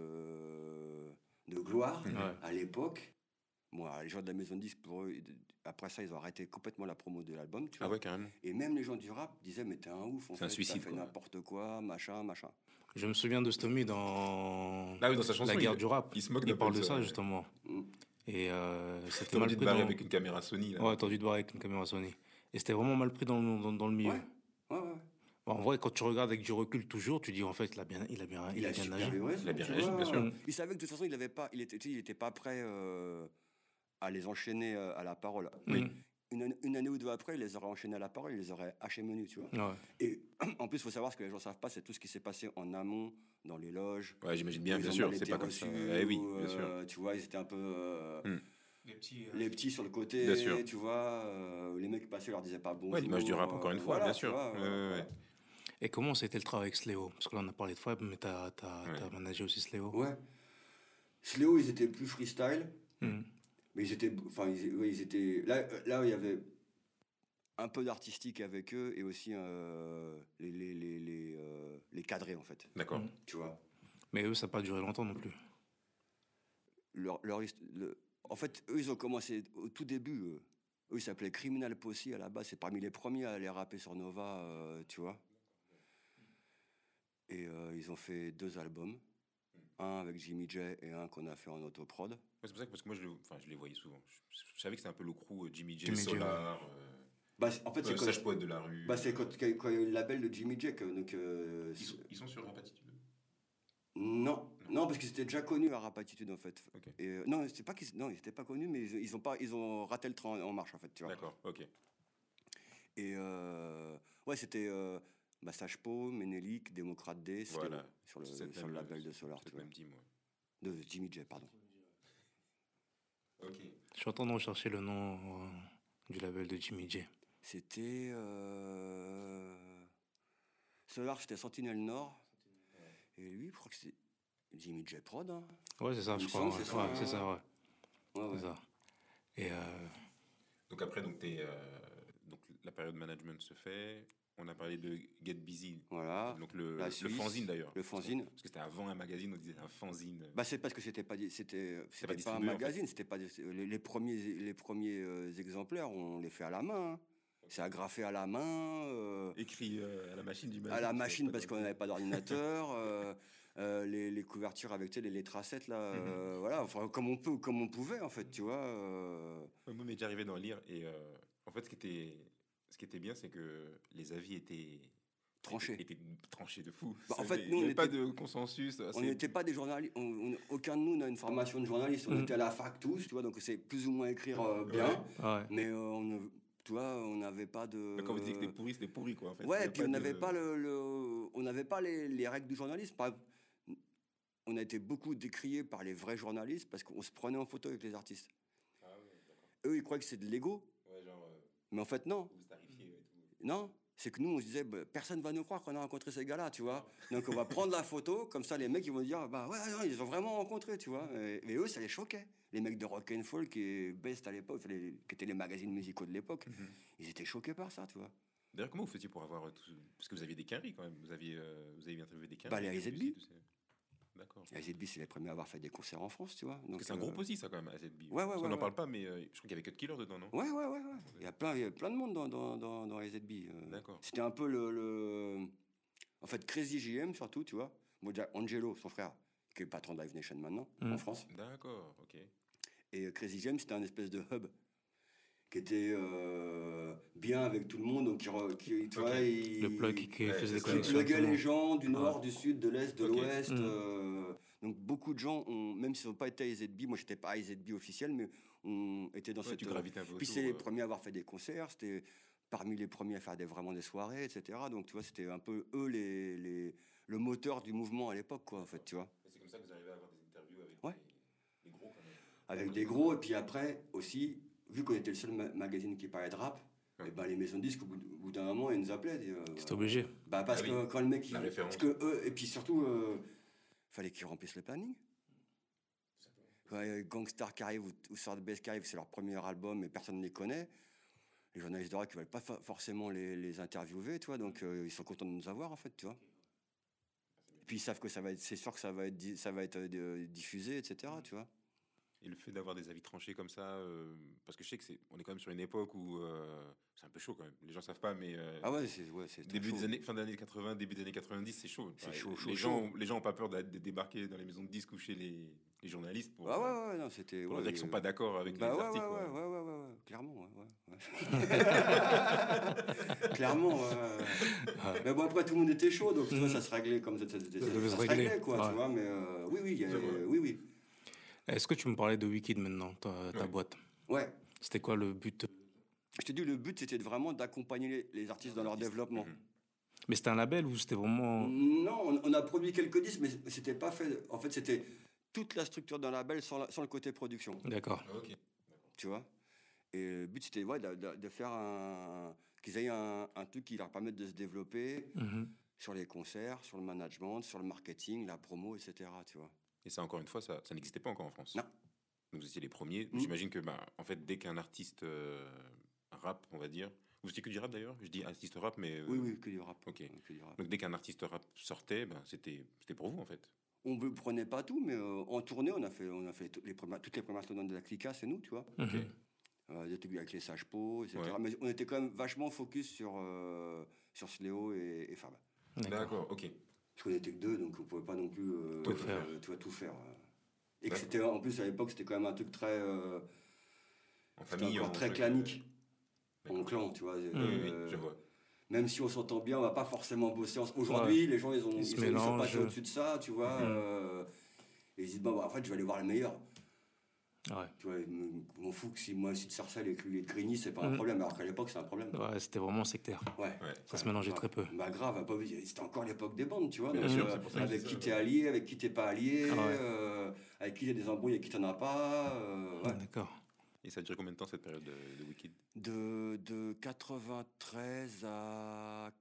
de, de gloire, ouais. à l'époque, moi, les gens de la maison de disques, pour eux, après ça, ils ont arrêté complètement la promo de l'album. Tu ah vois. ouais, carrément. Et même les gens du rap disaient, mais t'es un ouf, en c'est fait, un suicide, t'as fait n'importe quoi, machin, machin. Je me souviens de Stomy dans, ah oui, dans sa chanson, La guerre il, du rap. Il, se moque il parle de ça, ça, ouais. justement. Mm. Et euh, c'était t'as mal dû pris te barrer dans... avec une caméra Sony. Là. Ouais, t'as dû te barrer avec une caméra Sony. Et c'était vraiment mal pris dans, dans, dans le milieu. Ouais, ouais, ouais. Bon, en vrai, quand tu regardes avec du recul toujours, tu dis en fait, il a bien, il a bien, il, il a bien nagé. Raison, il a bien réagi, bien sûr. Il savait que de toute façon, il avait pas, il était, il était pas prêt euh, à les enchaîner euh, à la parole. Oui. Une, une année ou deux après, il les aurait enchaînés à la parole, il les aurait hachés menus, tu vois. Ouais. Et en plus, il faut savoir ce que les gens savent pas, c'est tout ce qui s'est passé en amont, dans les loges. Ouais, j'imagine bien, bien sûr, c'est pas comme ça. Eh oui, bien sûr. Euh, tu vois, ils étaient un peu euh, mm. les, petits, euh, les petits sur le côté, bien sûr. Tu vois. Euh, les mecs passaient, leur disaient pas bonjour. Ouais, l'image du rap, encore une fois, voilà, bien sûr. Vois, ouais, euh, ouais. Et comment c'était le travail avec Sléo? Parce que là, on a parlé de Fab, mais t'as, t'as, ouais. t'as managé aussi Sléo. Ouais. Sléo, ils étaient plus freestyle. Mm. Mais ils étaient, enfin, ils, ouais, ils étaient. Là, là, il y avait un peu d'artistique avec eux et aussi euh, les les les les, euh, les cadrés en fait. D'accord. Mmh. Tu vois. Mais eux, ça n'a pas duré longtemps non plus. Leur leur le, en fait, eux, ils ont commencé au tout début. Eux, eux ils s'appelaient Criminal Posse à la base. C'est parmi les premiers à aller rapper sur Nova, euh, tu vois. Et euh, ils ont fait deux albums. Un avec Jimmy J et un qu'on a fait en autoprod. Ouais, c'est pour ça que, parce que moi, je, enfin, je les voyais souvent. Je, je savais que c'était un peu le crew euh, Jimmy J, Jimmy Solar, J, ouais. euh, bah, en fait, c'est euh, quand, Sage Poète de la rue. Bah, c'est quand, quand il y a eu le label de Jimmy J. Donc, euh, ils, sont, ils sont sur Rapatitude. Non, non, non, parce qu'ils étaient déjà connus à Rapatitude en fait. Okay. Et, euh, non, c'est pas qu'ils, non, ils n'étaient pas connus, mais ils, ils ont pas, ils ont raté le train en marche en fait, tu vois. D'accord, ok. Et euh, ouais, c'était euh, bah, Sage Po, Ménélique, Démocrate D, voilà. sur le, sur le label de Solar, tu vois. Même team, ouais. De Jimmy J, pardon. Ok. Je suis en train de rechercher le nom euh, du label de Jimmy J. C'était euh... Solar, c'était Sentinelle Nord. Et lui, je crois que c'est Jimmy J Prod. Hein. Ouais, c'est ça, je crois. Ouais, c'est, ça, ouais, c'est ça, ouais. ouais, ouais. C'est ça. Et euh... donc après, donc, t'es, euh, donc la période management se fait. On a parlé de Get Busy. Voilà. Donc le, la le Suisse, fanzine d'ailleurs. Le fanzine. Parce que c'était avant un magazine, on disait un fanzine. Bah c'est parce que c'était pas c'était c'était pas, pas un magazine, en fait. C'était pas les, les premiers les premiers euh, exemplaires, on les fait à la main. Hein. C'est agrafé à la main. Euh, Écrit euh, à la machine du magazine. À la machine parce qu'on n'avait pas d'ordinateur. euh, euh, les, les couvertures avec les, les tracettes là, euh, mm-hmm. Voilà, enfin comme on peut, comme on pouvait en fait, tu vois. Euh... Moi, mais j'arrivais d'en lire et euh, en fait, ce qui était, ce qui était bien, c'est que les avis étaient tranchés, étaient, étaient tranchés de fou. Bah, en fait, il nous, n'y avait on pas était, de consensus. On n'était pas des journalistes. On, on, aucun de nous n'a une formation de journaliste. On mm-hmm. était à la fac tous, tu vois. Donc c'est plus ou moins écrire euh, bien, ouais. Ouais. Mais euh, on ne tu vois, on n'avait pas de. Mais quand vous dites que c'était pourri, c'était pourri, quoi. En fait. Ouais, et puis on n'avait de... pas le, le, on n'avait pas les, les règles du journalisme. Par... On a été beaucoup décriés par les vrais journalistes parce qu'on se prenait en photo avec les artistes. Ah ouais, d'accord. Eux, ils croyaient que c'est de l'ego. Ouais, genre. Euh... Mais en fait, non. Vous starifiez et tout. Non. C'est que nous, on se disait, bah, personne va nous croire qu'on a rencontré ces gars-là, tu vois. Donc, on va prendre la photo, comme ça, les mecs, ils vont dire, bah ouais, non, ils ont vraiment rencontré, tu vois. Et, et eux, ça les choquait. Les mecs de Rock and Folk et Best à l'époque, les, qui étaient les magazines musicaux de l'époque, mm-hmm. Ils étaient choqués par ça, tu vois. D'ailleurs, comment vous faisiez pour avoir tout... Parce que vous aviez des carrés quand même. Vous aviez, euh, vous aviez interviewé des carrés. Bah, les A Z B. D'accord. A Z B, c'est les premiers à avoir fait des concerts en France, tu vois. Donc, c'est un euh... groupe aussi, ça, quand même, A Z B. Ouais, ouais, ouais. On n'en ouais. parle pas, mais euh, je crois qu'il y avait Cut Killer dedans, non? Ouais, ouais, ouais. ouais. Il, y a plein, il y a plein de monde dans, dans, dans, dans A Z B. Euh, D'accord. C'était un peu le, le. En fait, Crazy J M, surtout, tu vois. Bon, déjà, Angelo, son frère, qui est le patron de Live Nation maintenant, mmh. en France. D'accord, ok. Et Crazy J M, c'était un espèce de hub qui était euh, bien avec tout le monde, donc qui, qui tu okay. vois, il, le plug qui, qui ouais, faisait des connexions. Qui pluguait les gens du nord, ouais. du sud, de l'est, de okay. l'ouest. Mmh. Euh, donc beaucoup de gens, ont, même s'ils n'ont pas été à I Z B, moi j'étais pas à I Z B officiel, mais on était dans ouais, cette... Tu gravitais un peu Puis autour, c'est les euh... premiers à avoir fait des concerts, c'était parmi les premiers à faire des, vraiment des soirées, et cetera. Donc tu vois, c'était un peu eux les, les, le moteur du mouvement à l'époque, quoi, en fait, tu vois. C'est comme ça que vous arrivez à avoir des interviews avec ouais. des, des gros, quand même. Avec des gros, et puis après aussi, vu qu'on était le seul ma- magazine qui parlait de rap, ouais. et ben les maisons de disques, au bout, au bout d'un moment, ils nous appelaient. Euh, C'était obligé. Bah parce ah que oui. quand le mec, il, la référence. Parce que eux, et puis surtout, euh, fallait qu'ils remplissent le planning. Ouais, Gangstar qui arrive ou, ou Sword Bass qui arrive, c'est leur premier album, et personne ne les connaît. Les journalistes de rock, ils ne veulent pas fa- forcément les, les interviewer, tu vois, donc euh, ils sont contents de nous avoir, en fait, tu vois. Et puis ils savent que ça va être, c'est sûr que ça va être, ça va être euh, diffusé, et cetera, tu vois. Et le fait d'avoir des avis tranchés comme ça, euh, parce que je sais que c'est, on est quand même sur une époque où euh, c'est un peu chaud quand même. Les gens savent pas, mais euh, ah ouais, c'est, ouais, c'est début chaud. des années, fin des années quatre-vingts, début des années quatre-vingt-dix, c'est chaud. C'est chaud, les chaud, gens, chaud. les gens ont pas peur de, de débarquer dans les maisons de disques ou chez les, les journalistes pour. Ah ouais, ouais, non, c'était. Pour ouais, dire qu'ils sont pas d'accord avec bah les ouais, articles. Ouais, ouais, ouais, ouais, ouais, ouais, clairement, ouais, ouais. Clairement. Ouais, ouais. Mais bon, après tout le monde était chaud, donc tu vois, ça se réglait comme ça, ça, ça, ça, ça se réglait, quoi, ouais. Tu vois. Mais euh, oui, oui, y a, euh, oui, oui. Est-ce que tu me parlais de Wicked maintenant, ta, ta ouais. boîte? Ouais. C'était quoi le but? Je t'ai dit, le but, c'était vraiment d'accompagner les, les artistes dans leur développement. Mmh. Mais c'était un label ou c'était vraiment... Non, on, on a produit quelques disques, mais c'était pas fait... En fait, c'était toute la structure d'un label sans, la, sans le côté production. D'accord. Ok. Tu vois. Et le but, c'était ouais, de, de, de faire un... qu'ils aient un, un truc qui leur permette de se développer mmh. sur les concerts, sur le management, sur le marketing, la promo, et cetera. Tu vois. Et ça, encore une fois, ça, ça n'existait pas encore en France. Non. Donc, vous étiez les premiers. Mmh. J'imagine que, bah, en fait, dès qu'un artiste euh, rap, on va dire... Vous étiez que du rap, d'ailleurs? Je dis artiste rap, mais... Euh... Oui, oui, que du rap. Ok. Que du rap. Donc, dès qu'un artiste rap sortait, ben, c'était, c'était pour vous, en fait. On ne prenait pas tout, mais euh, en tournée, on a fait, on a fait toutes les premières, toutes les premières tournées de la Clica, c'est nous, tu vois. Ok. Euh, avec les Sages Pots, et cetera. Ouais. Mais on était quand même vachement focus sur, euh, sur Sléo et, et Fab. D'accord. D'accord, ok. Parce qu'on était que deux, donc on ne pouvait pas non plus euh, tout, faire. Euh, tu vois, tout faire. Et que c'était, en plus, à l'époque, c'était quand même un truc très... Euh, en famille, encore en très clanique. En clan, tu vois. Oui, euh, oui, je vois. Même si on s'entend bien, on va pas forcément bosser. Aujourd'hui, ouais. les gens, ils, ont, ils, ils, ils sont passés au-dessus de ça, tu vois. Mmh. Euh, et ils disent, bon, bah, en fait, je vais aller voir les meilleurs. Ouais. Tu vois, je m'en fous que si moi, si de Sarcelles et de Grigny, c'est pas mmh. un problème. Alors qu'à l'époque, c'est un problème. Ouais, c'était vraiment sectaire. Ouais. ouais. Ça ouais. se mélangeait ouais. très peu. Bah, grave, pas, c'était encore l'époque des bandes, tu vois. Donc, donc, sûr, euh, avec qui t'es allié, avec qui t'es pas allié, ah ouais. euh, avec qui t'as des embrouilles et qui t'en as pas. Euh, ouais. D'accord. Et ça a duré combien de temps cette période de, de Wicked? de, de quatre-vingt-treize à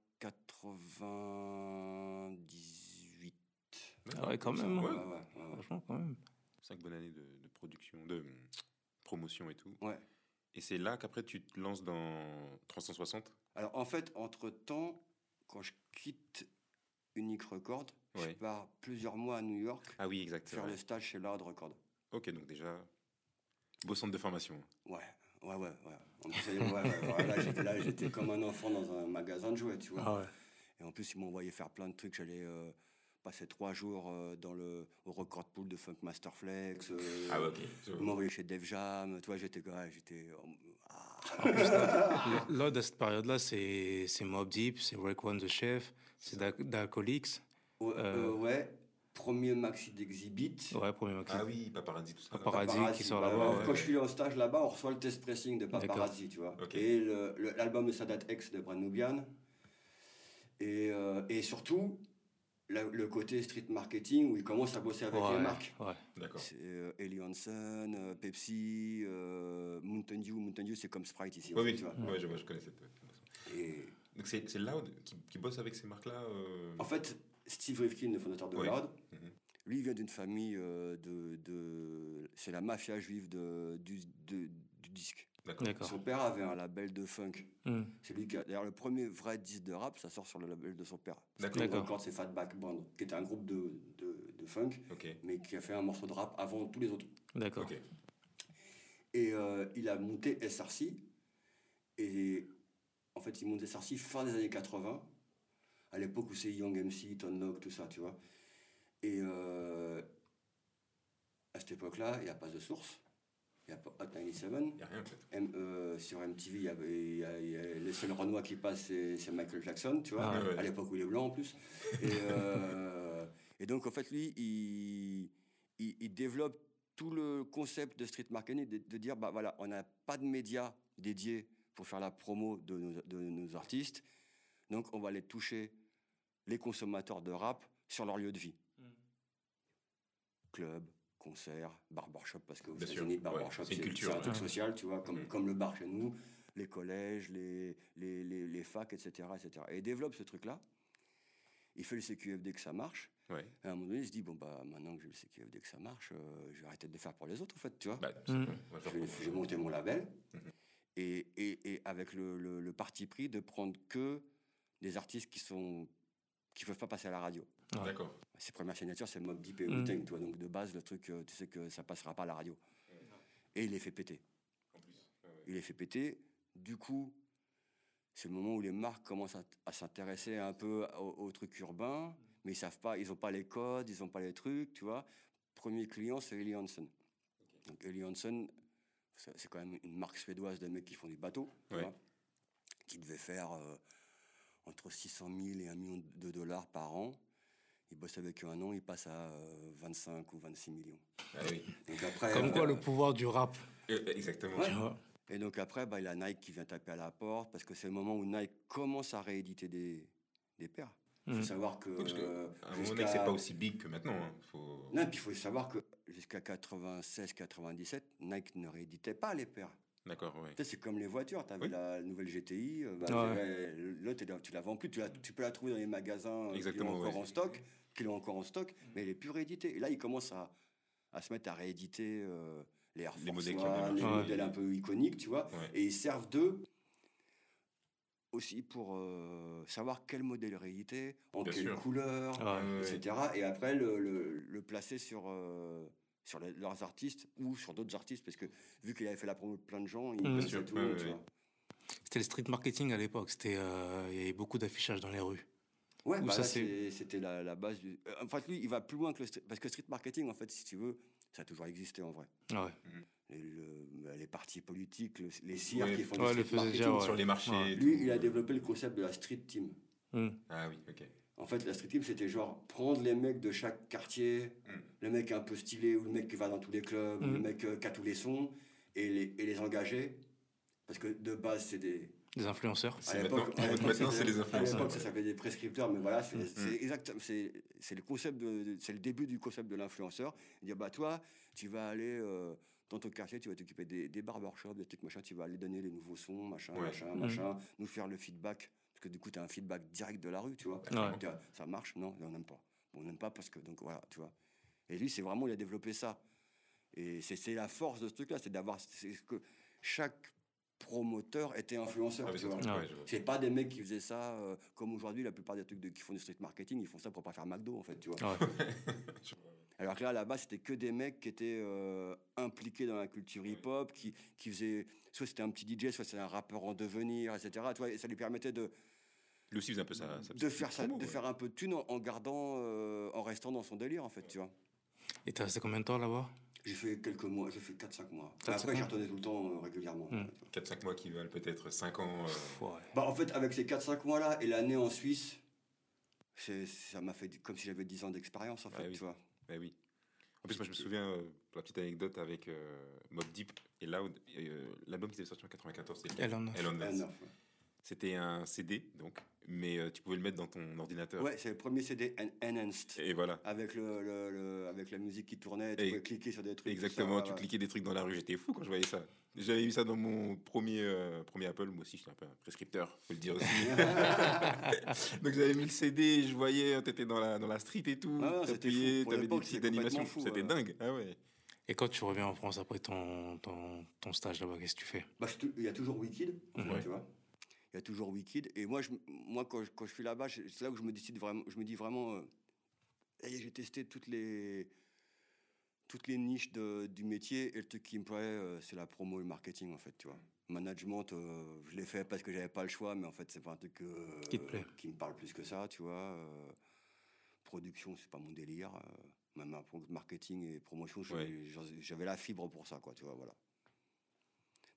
quatre-vingt-dix-huit. Ah ouais, quand même. Ouais, ouais, ouais, ouais. Franchement, quand même. Cinq bonnes années de, de production, de promotion et tout. Ouais. Et c'est là qu'après tu te lances dans trois cent soixante? Alors en fait, entre-temps, quand je quitte Unique Record, ouais. je pars plusieurs mois à New York. Ah oui, exact. Faire le stage chez Loud Record. Ok, donc déjà... Beau centre de formation. Ouais, ouais, ouais. ouais. En plus, ouais, ouais, ouais là, j'étais, là, j'étais comme un enfant dans un magasin de jouets, tu vois. Ah ouais. Et en plus, ils m'envoyaient faire plein de trucs. J'allais euh, passer trois jours euh, dans le, au record pool de Funk Master Flex. Euh, ah ouais, ok. Ils m'envoyaient chez Def Jam. Tu vois, j'étais... Ouais, j'étais ah. En plus, là, là, de cette période-là, c'est, c'est Mobb Deep, c'est Raekwon the Chef, c'est d'Alcoholics. Ouais, euh, euh, ouais. Premier maxi d'Exhibit. Ouais, premier maxi. Ah oui, Paparazzi, tout ça. Paparazzi, Paparazzi qui sort bah, là-bas. Ouais. Quand je suis en stage là-bas, on reçoit le test pressing de Paparazzi, D'accord. tu vois. Okay. Et le, le, l'album de Sadat X de Brand Nubian. Et, euh, et surtout, la, le côté street marketing où il commence à bosser avec ouais, les marques. Ouais, d'accord. C'est euh, Eli Hansen, euh, Pepsi, euh, Mountain Dew. Mountain Dew, c'est comme Sprite ici. Oui, oui, tu vois. Ouais, je, je connais cette. Et... Donc c'est, c'est Loud qui, qui bosse avec ces marques-là euh... En fait, Steve Rifkin, le fondateur de oui. Loud, mm-hmm. lui, il vient d'une famille euh, de, de... C'est la mafia juive de, du, de, du disque. D'accord. D'accord. Son père avait un label de funk. Mm. C'est lui qui a... D'ailleurs, le premier vrai disque de rap, ça sort sur le label de son père. D'accord. D'accord. Record, c'est Fatback Band, qui était un groupe de, de, de funk, okay. mais qui a fait un morceau de rap avant tous les autres. D'accord. Okay. Et euh, il a monté S R C. Et en fait, il monte S R C fin des années quatre-vingts, à l'époque où c'est Young M C, Tone Loc, tout ça, tu vois. Et euh, à cette époque-là, il n'y a pas de source. Il n'y a pas Hot quatre-vingt-dix-sept. Il n'y a rien, en fait. M, euh, sur M T V, il y avait, il y a, il y a, le seul Renoir qui passe, c'est, c'est Michael Jackson, tu vois, Ah, ouais. à l'époque où il est blanc en plus. Et, euh, et donc, en fait, lui, il, il, il développe tout le concept de street marketing, de, de dire, bah voilà, on n'a pas de médias dédiés pour faire la promo de nos, de nos artistes, donc on va aller toucher les consommateurs de rap sur leur lieu de vie. Mm. Club, concert, barbershop, parce que aux États-Unis, le barbershop, ouais, c'est, c'est, c'est un truc ouais. social, tu vois, comme, mmh. comme le bar chez nous, les collèges, les, les, les, les facs, et cetera, et cetera. Et il développe ce truc-là. Il fait le C Q F D que ça marche. Ouais. Et à un moment donné, il se dit, bon, bah, maintenant que j'ai le C Q F D que ça marche, euh, je vais arrêter de le faire pour les autres, en fait, tu vois. Bah, mmh. Je vais, je vais monter mon label. Mmh. Et, et, et avec le, le, le parti pris de prendre que des artistes qui sont qui peuvent pas passer à la radio. Ouais. D'accord. Ses premières signatures, c'est Mobb Deep et mmh. Wu-Tang, tu vois. Donc de base, le truc, tu sais que ça passera pas à la radio. Mmh. Et il les fait péter. En plus. Ah ouais. Il les fait péter. Du coup, c'est le moment où les marques commencent à, à s'intéresser un peu aux, aux trucs urbains, mmh. mais ils savent pas, ils ont pas les codes, ils ont pas les trucs, tu vois. Premier client, c'est Helly Hansen. Okay. Donc Helly Hansen, c'est, c'est quand même une marque suédoise de mecs qui font du bateau, tu ouais. vois, qui devait faire euh, entre six cent mille et un million de dollars par an. Il bosse avec eux un an, il passe à euh, vingt-cinq ou vingt-six millions. Ah oui. Donc après, comme quoi, euh, le pouvoir du rap. Euh, exactement. Ouais. Et donc après, bah, il y a Nike qui vient taper à la porte, parce que c'est le moment où Nike commence à rééditer des, des paires. Il faut mmh. savoir que... Oui, parce que euh, à un moment donné, c'est pas aussi big que maintenant. Hein. Faut... Non, et puis il faut savoir que jusqu'à quatre-vingt-seize quatre-vingt-dix-sept, Nike ne rééditait pas les paires. D'accord, oui. Tu sais, c'est comme les voitures. Tu avais oui. la nouvelle G T I, bah, ouais. l'autre, tu la vends plus. Tu, la, tu peux la trouver dans les magasins qui l'ont encore ouais. en stock, qui l'ont encore en stock, mais elle est plus rééditée. Et là, ils commencent à, à se mettre à rééditer euh, les Air Force les modèles, One, les ouais. modèles un peu iconiques, tu vois. Ouais. Et ils servent d'eux aussi pour euh, savoir quel modèle rééditer, en Bien quelle sûr. couleur, ouais, et cetera. Ouais. Et après, le, le, le placer sur... Euh, sur les, leurs artistes ou sur d'autres artistes, parce que vu qu'il avait fait la promo de plein de gens, il mmh. connaissait tout le monde, tu vois. C'était le street marketing à l'époque, c'était, euh, il y avait beaucoup d'affichage dans les rues. Ouais, bah ça, là, c'est... c'était la, la base du... En fait, lui, il va plus loin que le street... Parce que street marketing, en fait, si tu veux, ça a toujours existé, en vrai. Ouais. Mmh. Les, le, les partis politiques, le, les cirques ouais, qui font ouais, du street marketing. Déjà, ouais. Sur les marchés. Ouais. Lui, il a développé le concept de la street team. Mmh. Ah oui, ok. En fait, la street team, c'était genre prendre les mecs de chaque quartier, mm. le mec un peu stylé ou le mec qui va dans tous les clubs, mm. le mec euh, qui a tous les sons, et les, et les engager. Parce que de base, c'est des... Des influenceurs. C'est maintenant, à l'époque, maintenant c'est, c'est les influenceurs. À l'époque, ça s'appelait des prescripteurs, mais voilà, c'est, mm. c'est exact. C'est, c'est, le concept de, c'est le début du concept de l'influenceur. Dire, bah toi, tu vas aller euh, dans ton quartier, tu vas t'occuper des, des barbershops, des trucs, machin, tu vas aller donner les nouveaux sons, machin, ouais. machin, mm. machin, nous faire le feedback. Parce que du coup, tu as un feedback direct de la rue, tu vois. Ouais. Donc, ça marche, non, on n'aime pas. On n'aime pas parce que, donc voilà, tu vois. Et lui, c'est vraiment, il a développé ça. Et c'est, c'est la force de ce truc-là, c'est d'avoir, c'est que chaque promoteur était influenceur, ah, tu vois. Ouais, c'est pas des mecs qui faisaient ça, euh, comme aujourd'hui, la plupart des trucs de, qui font du street marketing, ils font ça pour pas faire McDo, en fait, tu vois. Ouais. Alors que là, là-bas, c'était que des mecs qui étaient euh, impliqués dans la culture hip-hop, qui, qui faisaient... Soit c'était un petit D J, soit c'était un rappeur en devenir, et cetera. Tu vois, et ça lui permettait de... Lui aussi faisait un peu ça. ça de faire ça, promo, de ouais. faire un peu de thunes en, en gardant... Euh, en restant dans son délire, en fait, tu vois. Et t'as resté combien de temps là-bas ? J'ai fait quelques mois, j'ai fait quatre cinq mois. Après, j'y retournais tout le temps, euh, régulièrement. Mmh. quatre cinq mois qui valent peut-être cinq ans. Euh... Ouais. Bah, en fait, avec ces quatre cinq mois-là et l'année en Suisse, c'est, ça m'a fait comme si j'avais dix ans d'expérience, en fait, ah, oui. tu vois. Bah, oui. En plus, moi, je me souviens, euh, pour la petite anecdote, avec euh, Mobb Deep et Loud, et, euh, l'album qui était sorti en quatre-vingt-quatorze, c'était Hell on Earth. C'était un C D, donc, mais euh, tu pouvais le mettre dans ton ordinateur. Ouais, c'est le premier C D en- enhanced. Et voilà. Avec, le, le, le, avec la musique qui tournait, tu et pouvais cliquer sur des trucs. Exactement, ça, tu ouais. cliquais des trucs dans la rue. J'étais fou quand je voyais ça. J'avais eu ça dans mon premier, euh, premier Apple. Moi aussi, j'étais un peu un prescripteur, faut le dire aussi. Donc j'avais mis le C D, je voyais, t'étais dans la, dans la street et tout. Ah, t'appuyais, t'avais des petites animations. Fou, c'était ouais. dingue. Ah ouais. Et quand tu reviens en France après ton, ton, ton stage là-bas, qu'est-ce que tu fais ? Bah, il y a toujours Wicked, en fait, ouais. tu vois. Il y a toujours Wicked. Et moi, je, moi quand, je, quand je suis là-bas, c'est là où je me décide vraiment. Je me dis vraiment, euh, j'ai testé toutes les, toutes les niches de, du métier. Et le truc qui me plaît, euh, c'est la promo et le marketing, en fait, tu vois. Management, euh, je l'ai fait parce que j'avais pas le choix, mais en fait, c'est pas un truc euh, qui te plaît, qui me parle plus que ça, tu vois. Euh, production, c'est pas mon délire. Euh, même marketing et promotion, ouais. j'avais la fibre pour ça, quoi, tu vois, voilà.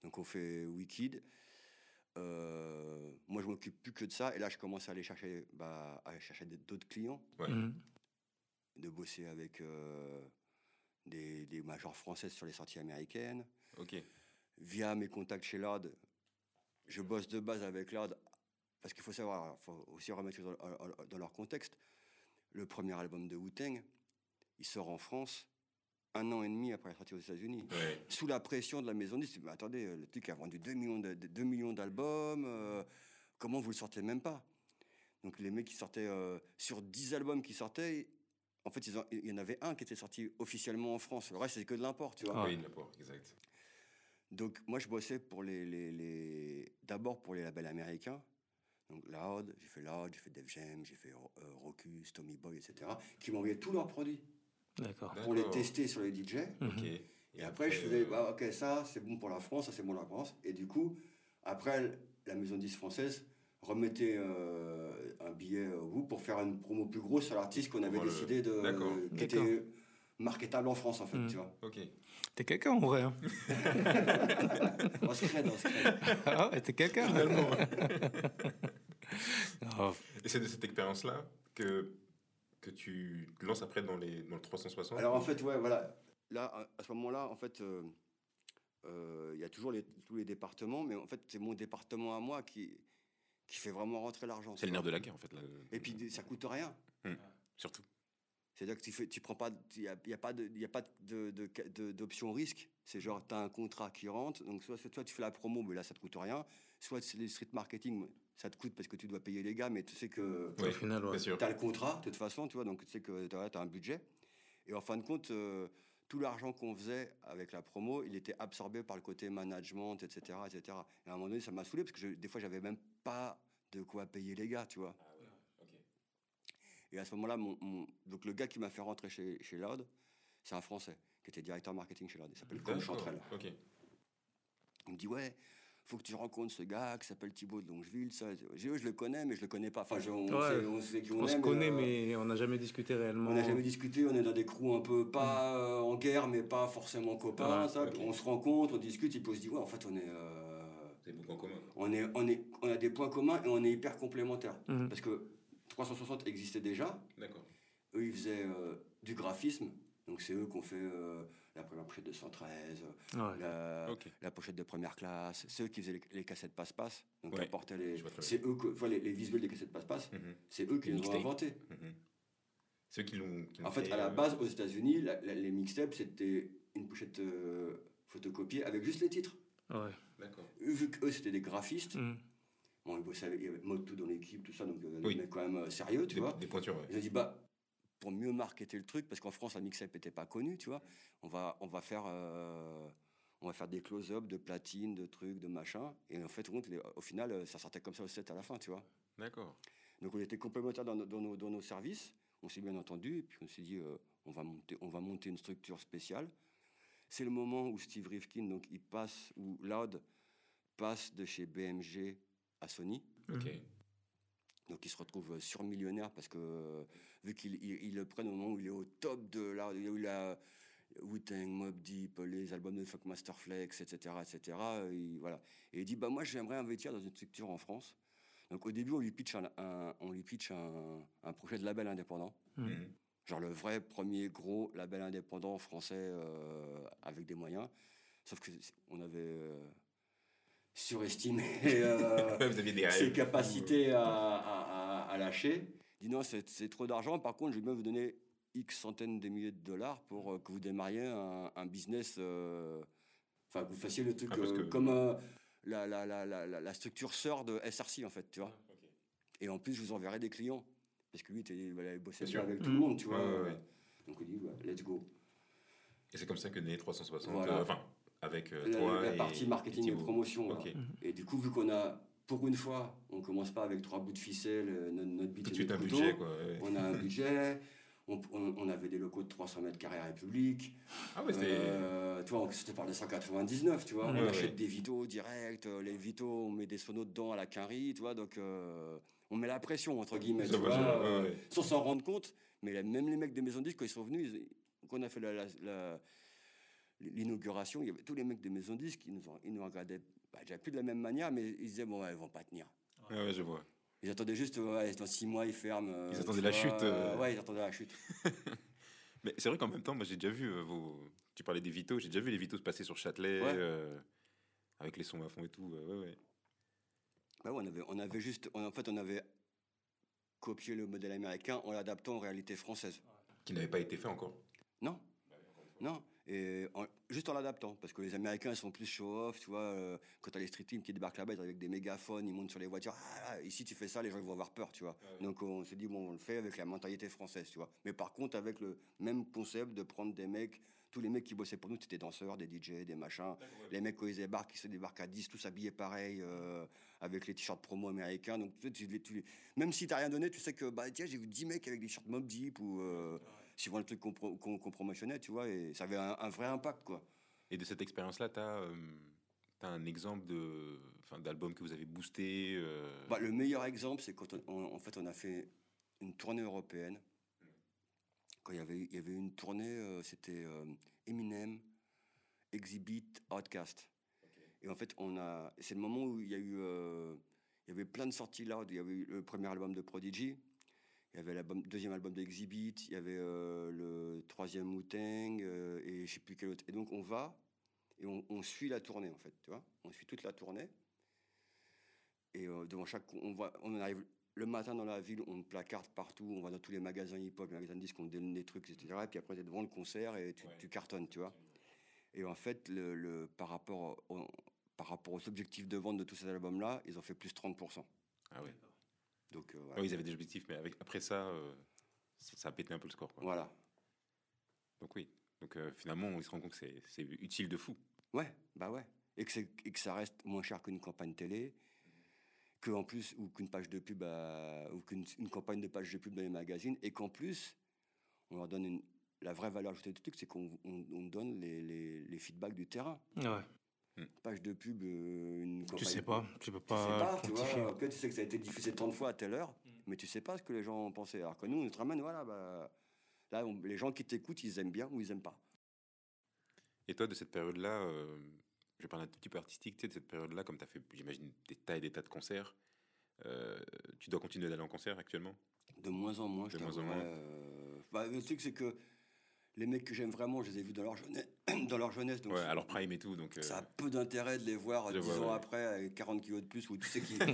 Donc on fait Wicked. Euh, moi, je m'occupe plus que de ça. Et là, je commence à aller chercher, bah, à chercher d'autres clients. Ouais. Mhm. De bosser avec euh, des, des majors françaises sur les sorties américaines. Ok. Via mes contacts chez Lord, je bosse de base avec Lord. Parce qu'il faut savoir, il faut aussi remettre dans, dans leur contexte. Le premier album de Wu-Tang, il sort en France un an et demi après la sortie aux États-Unis. Ouais. Sous la pression de la maison de disques. Mais attendez, le truc a vendu deux millions, de, deux millions d'albums. Euh, comment vous le sortez même pas? Donc les mecs qui sortaient euh, sur dix albums qui sortaient, en fait, ils ont, il y en avait un qui était sorti officiellement en France. Le reste, c'est que de l'import, tu vois. Ah oui, de l'import, exact. Donc moi, je bossais pour les, les, les... d'abord pour les labels américains. Donc Loud, j'ai fait Loud, j'ai fait Def Jam, j'ai fait euh, Rocus, Tommy Boy, et cetera. Qui m'envoyaient tous leurs produits. D'accord. Pour les tester sur les D J. Ok. Et, et après, je faisais, bah, ok, ça, c'est bon pour la France, ça, c'est bon pour la France. Et du coup, après, la maison de disques française remettait euh, un billet au bout pour faire une promo plus grosse sur l'artiste qu'on avait Voilà. décidé de... D'accord. Euh, qui D'accord. était marketable en France, en fait, Mm. tu vois. Ok. T'es quelqu'un en vrai. Hein. On se crée, on se crée. Ah ouais, t'es quelqu'un. Finalement. Oh, Et c'est de cette expérience-là que, que tu te lances après dans, les, dans le trois cent soixante. Alors, en fait, ouais, voilà. Là, à- à ce moment-là, en fait... euh, euh, il y a toujours les, tous les départements, mais en fait, c'est mon département à moi qui, qui fait vraiment rentrer l'argent. C'est le nerf de la guerre, en fait. Là. Et puis, ça coûte rien. Hum, Surtout. C'est-à-dire que tu fais, tu prends pas, il y a, y a pas de, il y a pas de, de, de- d'option risque. C'est genre, tu as un contrat qui rentre, donc soit, soit tu fais la promo, mais là, ça te coûte rien. Soit c'est les street marketing, ça te coûte parce que tu dois payer les gars, mais tu sais que Au final, ouais. bien sûr. tu as le contrat, de toute façon, tu vois, donc tu sais que tu as un budget. Et en fin de compte, euh, tout l'argent qu'on faisait avec la promo, il était absorbé par le côté management, et cetera, et cetera. Et à un moment donné, ça m'a saoulé parce que je, des fois, j'avais même pas de quoi payer les gars, tu vois. Ah ouais, ok. Et à ce moment-là, mon, mon- donc le gars qui m'a fait rentrer chez, chez Loud, c'est un Français qui était directeur marketing chez Loud. Il s'appelle Com D'accord, Chantrel. ok. Il me dit, ouais, faut que tu rencontres ce gars qui s'appelle Thibaut de Longeville. Ça. Je, dis, je le connais, mais je le connais pas. Enfin, je- on, Ouais. sait, on sait qui on, On est, se mais, connaît, euh, mais on n'a jamais discuté réellement. on n'a jamais discuté. On est dans des crews un peu pas euh, en guerre, mais pas forcément copains. Ouais, ça. ok. On se rencontre, on discute, et puis on se dit, ouais, en fait, on est. euh, C'est beaucoup en commun. on, est, on, est, on a des points communs et on est hyper complémentaires. Mhm. Parce que trois cent soixante existait déjà. D'accord. Eux, ils faisaient euh, du graphisme. Donc, c'est eux qui ont fait euh, la première pochette de cent treize, Ouais. la, Ok. la pochette de première classe. C'est eux qui faisaient les, les cassettes passe-passe. Donc, Ouais, qui apportaient les. je vois très bien. C'est eux que. Enfin, les, les visuels des cassettes passe-passe, Mhm, c'est eux qui Les les ont mixtapes. inventés. mhm. Ceux qui l'ont. qui l'ont En fait, à la euh, base, aux États-Unis, la- la- les mixtapes, c'était une pochette euh, photocopiée avec juste les titres. Ouais. D'accord. Eux, vu qu'eux, c'était des graphistes. Mhm. Bon, ils bossaient avec, il y avait Mode tout dans l'équipe, tout ça, donc euh, Oui. des mecs quand même euh, sérieux, tu Des, vois. des pointures, ouais. Ils ont dit, bah, pour mieux marketer le truc, parce qu'en France, la mixtape n'était pas connue, tu vois, on va, on va faire, euh, on va faire des close-up de platine, de trucs, de machin. Et en fait, les- au final, euh, ça sortait comme ça au set à la fin, tu vois. D'accord. Donc, on était complémentaires dans, nos- dans nos, dans nos services. On s'est bien entendu, et puis on s'est dit, euh, on, va monter, on va monter une structure spéciale. C'est le moment où Steve Rifkin, donc, il passe, où Loud passe de chez B M G à Sony. Ok. Donc il se retrouve surmillionnaire parce que euh, vu qu'il il, il le prenne au moment où il est au top de l'art, où il a Wu-Tang, Mobb Deep, les albums de Funkmaster Flex, et cetera, et cetera. Il, voilà. Et il dit bah moi j'aimerais investir dans une structure en France. Donc au début on lui pitch un, un- on lui pitch un, un projet de label indépendant, Mhm. genre le vrai premier gros label indépendant français euh, avec des moyens. Sauf que c'est- on avait euh, surestimé. euh, Vous aviez des ses rêves. capacités à, à, à- à lâcher. Il dit non, c'est c'est trop d'argent. Par contre, je vais bien vous donner X centaines de milliers de dollars pour euh, que vous démarriez un, un business. euh, Enfin, que vous fassiez le truc Ah, parce euh, que- comme euh, la, la, la, la, la- la structure sœur de S R C, en fait, tu vois. Ok. Et en plus, je vous enverrai des clients. Parce que lui, il voilà, il bossait Bien sûr. avec tout le monde, tu Ouais, vois. ouais, ouais. Donc, il dit, ouais, let's go. Et c'est comme ça que naît trois cent soixante. Voilà. euh, Enfin, avec euh, La, toi la et partie marketing et, Thibaut. promotion. voilà. Ok. Et du coup, vu qu'on a, pour une fois, on commence pas avec trois bouts de ficelle, euh, notre, notre bite Tout de et suite un notre couteau. budget, quoi. ouais. On a un budget, on, on- on avait des locaux de trois cents mètres carrés à République. Ah ouais, c'était. Euh, tu vois, c'était par les cent quatre-vingt-dix-neuf, tu vois. Ouais, on ouais. achète des vitos direct, euh, les vitos, on met des sonos dedans à la quinrie, tu vois. Donc, euh, on met la pression, entre guillemets, Ça tu va, vois, ça va, ouais, euh, ouais. sans s'en rendre compte. Mais la- même les mecs des maisons de disques, quand ils sont venus, ils- quand on a fait la, la- la- l'inauguration, il y avait tous les mecs de Maison Disque, ils nous, ont, ils nous regardaient bah, déjà plus de la même manière, mais ils disaient, bon, ouais, ils vont pas tenir. Ouais, ouais, je vois. Ils attendaient juste, ouais, dans six mois, ils ferment. Euh, ils attendaient la vois, chute. Euh... Ouais, ils attendaient la chute. Mais c'est vrai qu'en même temps, moi, j'ai déjà vu euh, vos... Tu parlais des Vitos, j'ai déjà vu les Vitos passer sur Châtelet, ouais. euh, avec les sons à fond et tout. Euh, ouais, ouais. Bah ouais, on avait, on avait juste... On, en fait, on avait copié le modèle américain en l'adaptant en réalité française. Qui n'avait pas été fait encore. Non. Bah, non. Et en, juste en l'adaptant, parce que les Américains ils sont plus show-off, tu vois. Euh, quand t'as les street teams qui débarquent là-bas avec des mégaphones, ils montent sur les voitures. Ah, là, ici tu fais ça, les gens ils vont avoir peur, tu vois. Ah, ouais. Donc on s'est dit bon, on le fait avec la mentalité française, tu vois. Mais par contre avec le même concept de prendre des mecs, tous les mecs qui bossaient pour nous, c'était danseurs, des D J, des machins. Ouais. Les mecs quand ils débarquent, ils se débarquent à dix, tous habillés pareil, euh, avec les t-shirts promo américains. Donc tu, tu, tu, même si t'as rien donné, tu sais que bah tiens j'ai vu dix mecs avec des t-shirts Mobb Deep ou euh, ouais. suivant le truc qu'on, qu'on, qu'on promotionnait, tu vois. Et ça avait un, un vrai impact, quoi. Et de cette expérience-là, tu as euh, un exemple de, d'album que vous avez boosté euh... bah, Le meilleur exemple, c'est quand on, on, en fait, on a fait une tournée européenne. Quand il y avait, il y avait une tournée, euh, c'était euh, Eminem, Exhibit, Outkast. Okay. Et en fait, on a, c'est le moment où il y a eu, euh, il y avait plein de sorties là. Il y avait eu le premier album de Prodigy, il y avait le deuxième album d'Exhibit, il y avait euh, le troisième Wu-Tang euh, et je sais plus quel autre. Et donc on va et on, on suit la tournée en fait, tu vois. On suit toute la tournée et euh, devant chaque, on voit, on arrive le matin dans la ville, on placarde partout, on va dans tous les magasins hip-hop, les magasins de disques, on donne des trucs, et cetera. Et puis après t'es devant le concert et tu, ouais. tu cartonnes, tu vois. Et en fait, le, le, par rapport au, par rapport aux objectifs de vente de tous ces albums-là, ils ont fait plus trente pour cent. Ah ouais. Donc, euh, voilà. Oui, ils avaient des objectifs, mais avec, après ça, euh, ça, ça a pété un peu le score, quoi. Voilà. Donc oui. Donc euh, finalement, on se rend compte que c'est, c'est utile de fou. Ouais, bah ouais. Et que, c'est, et que ça reste moins cher qu'une campagne télé, que en plus, ou qu'une page de pub, à, ou qu'une une campagne de page de pub dans les magazines, et qu'en plus, on leur donne une, la vraie valeur ajoutée du truc, c'est qu'on on, on donne les, les, les feedbacks du terrain. Ouais. Une page de pub, une tu sais pas, tu peux pas. Tu sais pas, tu vois. Okay, tu sais que ça a été diffusé trente fois à telle heure, mm. mais tu sais pas ce que les gens pensaient. Alors que nous, on te ramène, voilà, bah, là, on, les gens qui t'écoutent, ils aiment bien ou ils aiment pas. Et toi, de cette période-là, euh, je vais parler un tout petit peu artistique, tu sais, de cette période-là, comme tu as fait, j'imagine, des tas et des tas de concerts, euh, tu dois continuer d'aller en concert actuellement ? De moins en moins, de je moins en moins. Euh, bah, le truc, c'est que les mecs que j'aime vraiment, je les ai vus dans leur jeunesse. dans leur jeunesse donc ouais, à leur prime et tout. Donc, euh... ça a peu d'intérêt de les voir dix ans ouais. après, avec quarante kilos de plus, où tu sais qu'ils...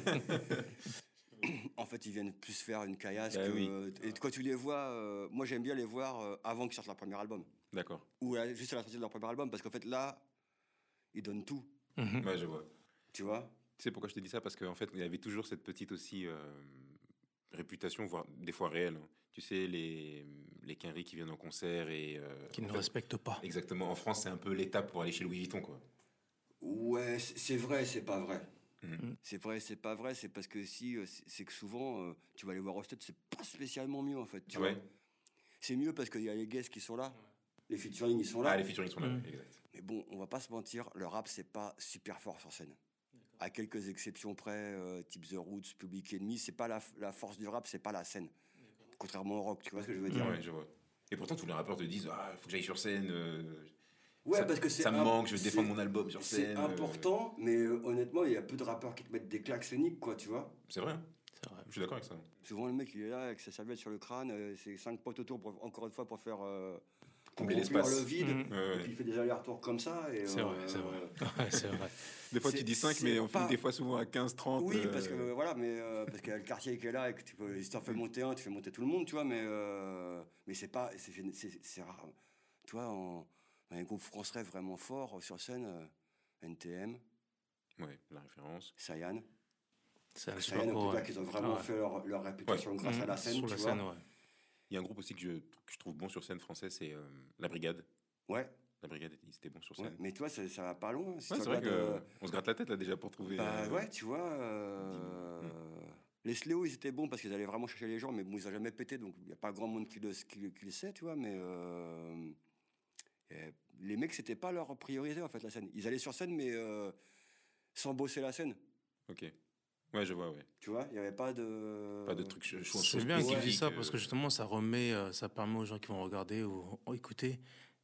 en fait, ils viennent plus faire une caillasse. Bah, que... oui. Et quand tu les vois, euh, moi j'aime bien les voir euh, avant qu'ils sortent leur premier album. D'accord. Ou euh, juste à la sortie de leur premier album, parce qu'en fait là, ils donnent tout. Mm-hmm. Ouais, je vois. Tu vois ? Tu sais pourquoi je te dis ça ? Parce qu'en fait, il y avait toujours cette petite aussi... Euh... réputation, voire des fois réelle. Hein. Tu sais, les, les quinries qui viennent en concert et... Euh, qui ne fait, respectent pas. Exactement. En France, c'est un peu l'étape pour aller chez Louis Vuitton, quoi. Ouais, c'est vrai, c'est pas vrai. Mmh. C'est vrai, c'est pas vrai. C'est parce que si... C'est que souvent, euh, tu vas aller voir au stade, c'est pas spécialement mieux, en fait. Tu ouais. vois. C'est mieux parce qu'il y a les guests qui sont là. Les featuring, ils sont là. Ah, les featuring sont là, mmh. exact. Mais bon, on va pas se mentir, le rap, c'est pas super fort sur scène. D'accord. À quelques exceptions près, euh, type The Roots, Public Enemy, c'est pas la, la force du rap, c'est pas la scène. D'accord. Contrairement au rock, tu vois ce que je veux dire ? Ouais, je vois. Et pourtant, tous les rappeurs te disent, ah, faut que j'aille sur scène. Euh, ouais, ça, parce que c'est ça me un, manque, je vais défendre mon album sur scène. C'est important, euh... mais euh, honnêtement, il y a peu de rappeurs qui te mettent des claques scéniques, quoi, tu vois ? C'est vrai. C'est vrai. Je suis d'accord avec ça. Souvent, le mec, il est là avec sa serviette sur le crâne, euh, c'est cinq potes autour, pour, encore une fois, pour faire. Euh, combler l'espace, le vide, mmh. ouais, ouais. Et puis il fait des allers-retours comme ça. Et c'est, euh, vrai, c'est vrai, ouais, c'est vrai. Des fois tu dis cinq, mais on pas... finit des fois souvent à quinze trente. Oui, euh... parce que euh, voilà, mais euh, parce qu'il y a le quartier qui est là et que tu peux, si t'en fais monter un, tu fais monter tout le monde, tu vois, mais euh, mais c'est pas, c'est, c'est, c'est rare. Tu vois, on, un groupe français vraiment fort sur scène, euh, N T M. Ouais, la référence. Sayan. C'est Sayan, en tout cas, qu'ils ont vraiment ah, ouais. fait leur, leur réputation ouais. grâce mmh, à la scène, sur tu la vois. Scène, ouais. Il y a un groupe aussi que je, que je trouve bon sur scène français, c'est euh, La Brigade. Ouais. La Brigade, ils étaient bons sur scène. Ouais, mais toi, ça, ça va pas loin. Si ouais, c'est vrai qu'on euh... se gratte la tête là déjà pour trouver. Bah euh... ouais, tu vois. Euh... Mmh. Les Sléo, ils étaient bons parce qu'ils allaient vraiment chercher les gens, mais bon, ils n'ont jamais pété, donc il n'y a pas grand monde qui le, qui, qui le sait, tu vois. Mais euh... les mecs, c'était pas leur priorité en fait, la scène. Ils allaient sur scène, mais euh... sans bosser la scène. Ok. Ouais, je vois, ouais. Tu vois, il n'y avait pas de... Pas de trucs... Je, je c'est bien qu'ils disent ça, parce que justement, ça remet, ça permet aux gens qui vont regarder ou écouter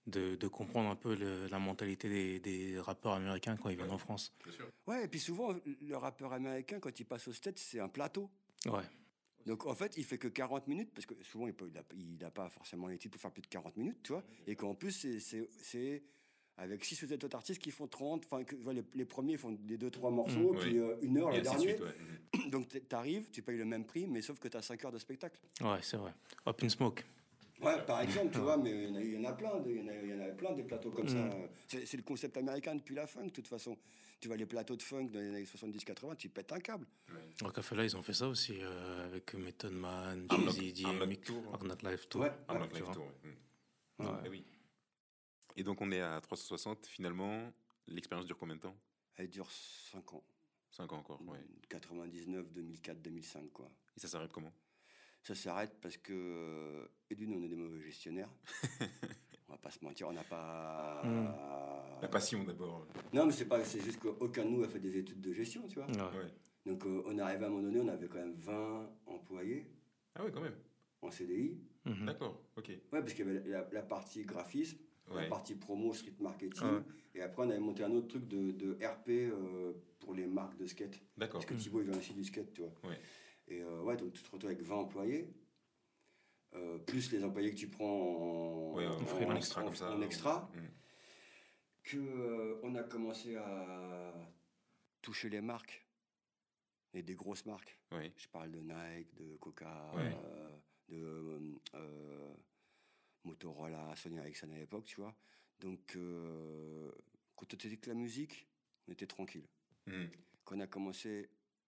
de, de comprendre un peu le, la mentalité des, des rappeurs américains quand ils viennent ouais. en France. Bien sûr. Ouais, et puis souvent, le rappeur américain, quand il passe au States, c'est un plateau. Ouais. Donc en fait, il fait que quarante minutes, parce que souvent, il n'a il a pas forcément les titres pour faire plus de quarante minutes, tu vois. Et qu'en plus, c'est, c'est, c'est avec six ou sept autres artistes qui font trente, enfin, les, les premiers font des deux trois morceaux, Mmh, puis oui. euh, une heure Et le ainsi de dernier. suite, ouais. Donc tu arrives, tu payes le même prix, mais sauf que tu as cinq heures de spectacle. Ouais, c'est vrai. Up in Smoke. Ouais, par exemple, tu vois, mais il y en a, il y en a plein, de- il y en a, il y en a plein des plateaux comme ça. Mm. C'est, c'est le concept américain depuis la funk, de toute façon. Tu vois, les plateaux de funk dans les années soixante-dix quatre-vingts, tu pètes un câble. Rockefeller, ils ont fait ça aussi euh, avec Method Man, Arm Jay-Z, Knock- D Arm M Knock X, Tour. Hard Knock Life Tour. Ouais, Arm ouais, Knock Life tu Tour, ouais. Mmh. Ouais. Eh oui. Et donc, on est à trois cent soixante. Finalement, l'expérience dure combien de temps? Elle dure cinq ans. cinq ans encore, ouais. quatre-vingt-dix-neuf, deux mille quatre, deux mille cinq, quoi. Et ça s'arrête comment? Ça s'arrête parce que, euh, et d'une, on est des mauvais gestionnaires. On va pas se mentir, on n'a pas. Mm. La passion d'abord. Non, mais c'est pas, c'est juste qu'aucun de nous a fait des études de gestion, tu vois. Ouais. Ouais. Donc, euh, on est arrivé à un moment donné, on avait quand même vingt employés Ah ouais, quand même. en C D I. Mhm. D'accord, ok. Ouais, parce qu'il y avait la, la partie graphisme, Ouais. la partie promo, street marketing. Ouais. Et après, on avait monté un autre truc de, de R P euh, pour les marques de skate. D'accord. Parce que Thibaut, il vient aussi du skate, tu vois. Ouais. Et euh, ouais, donc tu te retrouves avec vingt employés, euh, plus les employés que tu prends en, Ouais, en, en- en extra en- comme ça. en extra, Mm. que euh, on a commencé à toucher les marques, et des grosses marques. Ouais. Je parle de Nike, de Coca, Ouais. euh, de euh, Motorola, Sony Ericsson à l'époque, tu vois. Donc, euh, quand on était que la musique, on était tranquille. Mm. Quand on a commencé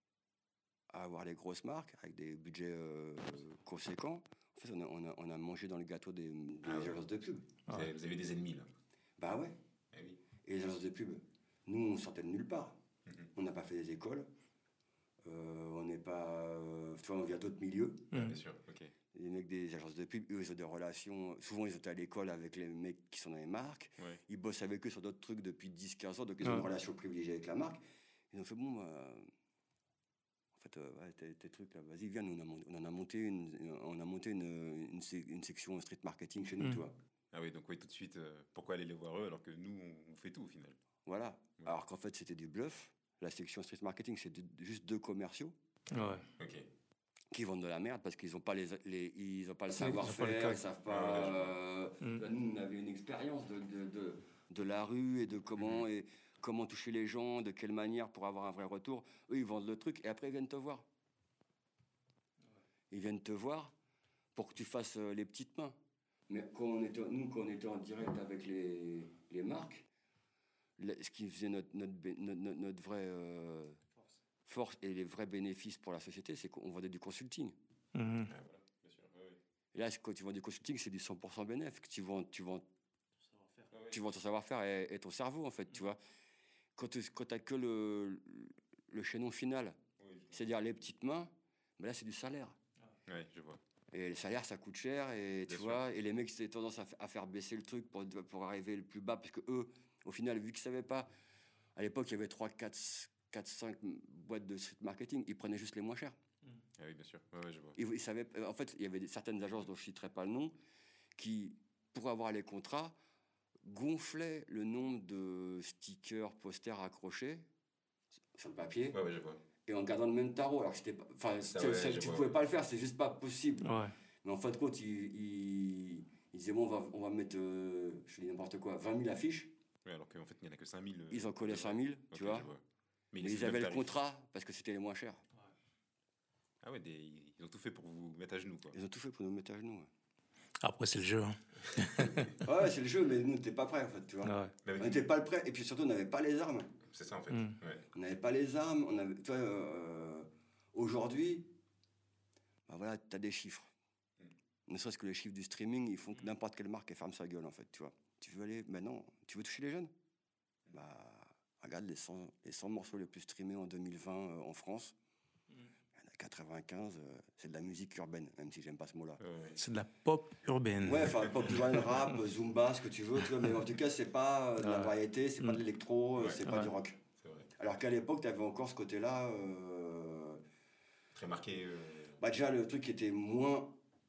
à avoir les grosses marques avec des budgets euh, conséquents, en fait, on a, on, a, on a mangé dans le gâteau des, des Ah ouais. agences de pub. Vous, avez, vous avez des ennemis là. Bah ouais. Eh oui. Et les agences de pub, nous, on sortait de nulle part. Mhm. On n'a pas fait des écoles. Euh, on n'est pas. Euh, tu vois, on vient d'autres milieux. Ouais, Mm. bien sûr, ok. Les mecs des agences de pub, eux, ils ont des relations. Souvent, ils étaient à l'école avec les mecs qui sont dans les marques. Ouais. Ils bossent avec eux sur d'autres trucs depuis dix quinze ans, donc ils ont Ouais. une relation privilégiée avec la marque. Ils ont fait, bon, bah, en fait, euh, ouais, tes, tes trucs là, vas-y, viens, nous, on, a, mon- on en a monté une, on a monté une, une, sé- une section street marketing chez nous, Mm. tu vois. Ah oui, donc oui, tout de suite, euh, pourquoi aller les voir eux alors que nous, on, on fait tout au final? Voilà. Ouais. Alors qu'en fait, c'était du bluff. La section street marketing, c'est de- juste deux commerciaux Ouais. Ok. qui vendent de la merde parce qu'ils n'ont pas, les, les, ils ont pas le Ils ont pas le savoir-faire, cadre. ils savent Ouais, pas. ouais, je vois. euh, Mm. là, nous, on avait une expérience de, de, de, de la rue et de comment, et comment toucher les gens, de quelle manière pour avoir un vrai retour. Eux, ils vendent le truc et après, ils viennent te voir. Ils viennent te voir pour que tu fasses euh, les petites mains. Mais quand on était, nous, quand on était en direct avec les, les marques, le- ce qui faisait notre, notre, bé- notre, notre, notre vraie euh, force et les vrais bénéfices pour la société, c'est qu'on vendait du consulting. Mhm. Ah, voilà, bien sûr. Ouais, ouais. Et là, c'est- quand tu vends du consulting, c'est du cent pour cent bénéfice. Tu vends, tu vends, Ah ouais. tu vends ton savoir-faire et, et ton cerveau, en fait, tu vois. Quand tu as que le, le chaînon final, Oui, je vois. c'est-à-dire les petites mains, ben là, c'est du salaire. Ouais, je vois. Et le salaire, ça coûte cher, et tu Bien sûr. vois, et les mecs, ils ont tendance à, f- à faire baisser le truc pour, pour arriver le plus bas, parce que eux, au final, vu qu'ils savaient pas, à l'époque, il y avait trois, quatre, cinq boîtes de street marketing, ils prenaient juste les moins chers. Ah oui, bien sûr. Ouais, ouais, je vois. Ils, ils savaient, en fait, il y avait des- certaines agences dont je ne citerai pas le nom, qui, pour avoir les contrats, gonflaient le nombre de stickers, posters accrochés sur le papier, Ouais, ouais, je vois. et en gardant le même tarot. Alors que c'était pas, enfin, Ça, c'est- ouais, c'est- je tu vois, pouvais ouais. pas le faire, c'est juste pas possible. Ouais. Mais en fin de compte, ils, ils, ils disaient, bon, on va, on va mettre, euh, je dis n'importe quoi, vingt mille affiches. Ouais, alors qu'en fait, il n'y en a que cinq mille. euh, Ils en collaient de vrai. cinq mille, tu Ok, vois. je vois. Mais laissaient ils le même avaient le tarif. contrat parce que c'était les moins chers. Ah ouais, des... ils ont tout fait pour vous mettre à genoux, quoi. Ils ont tout fait pour nous mettre à genoux. Ouais, Après, c'est le jeu. Hein. ouais, c'est le jeu, mais nous, on n'était pas prêts, en fait, tu vois. Ouais. Mais On avec- n'était pas le prêt, et puis surtout, on n'avait pas les armes. C'est ça, en fait. Mm. Ouais. On n'avait pas les armes. On avait, tu vois, euh, aujourd'hui, bah voilà, tu as des chiffres. Ne serait-ce que les chiffres du streaming, ils font que n'importe quelle marque, elle ferme sa gueule, en fait, tu vois. Tu veux aller, maintenant, tu veux toucher les jeunes? Bah, regarde les cent, les cent morceaux les plus streamés en deux mille vingt euh, en France. Il y en a quatre-vingt-quinze, euh, c'est de la musique urbaine, même si j'aime pas ce mot-là. Ouais, ouais. C'est de la pop urbaine. Ouais, enfin, pop urbaine, rap, zumba, ce que tu veux, tu vois, mais en tout cas, c'est pas euh, de la Ouais. variété, c'est pas de Mm. l'électro, euh, Ouais. c'est pas Ouais. du rock. C'est vrai. Alors qu'à l'époque, tu avais encore ce côté-là. euh, Très marqué. euh, Bah déjà, le truc qui était moins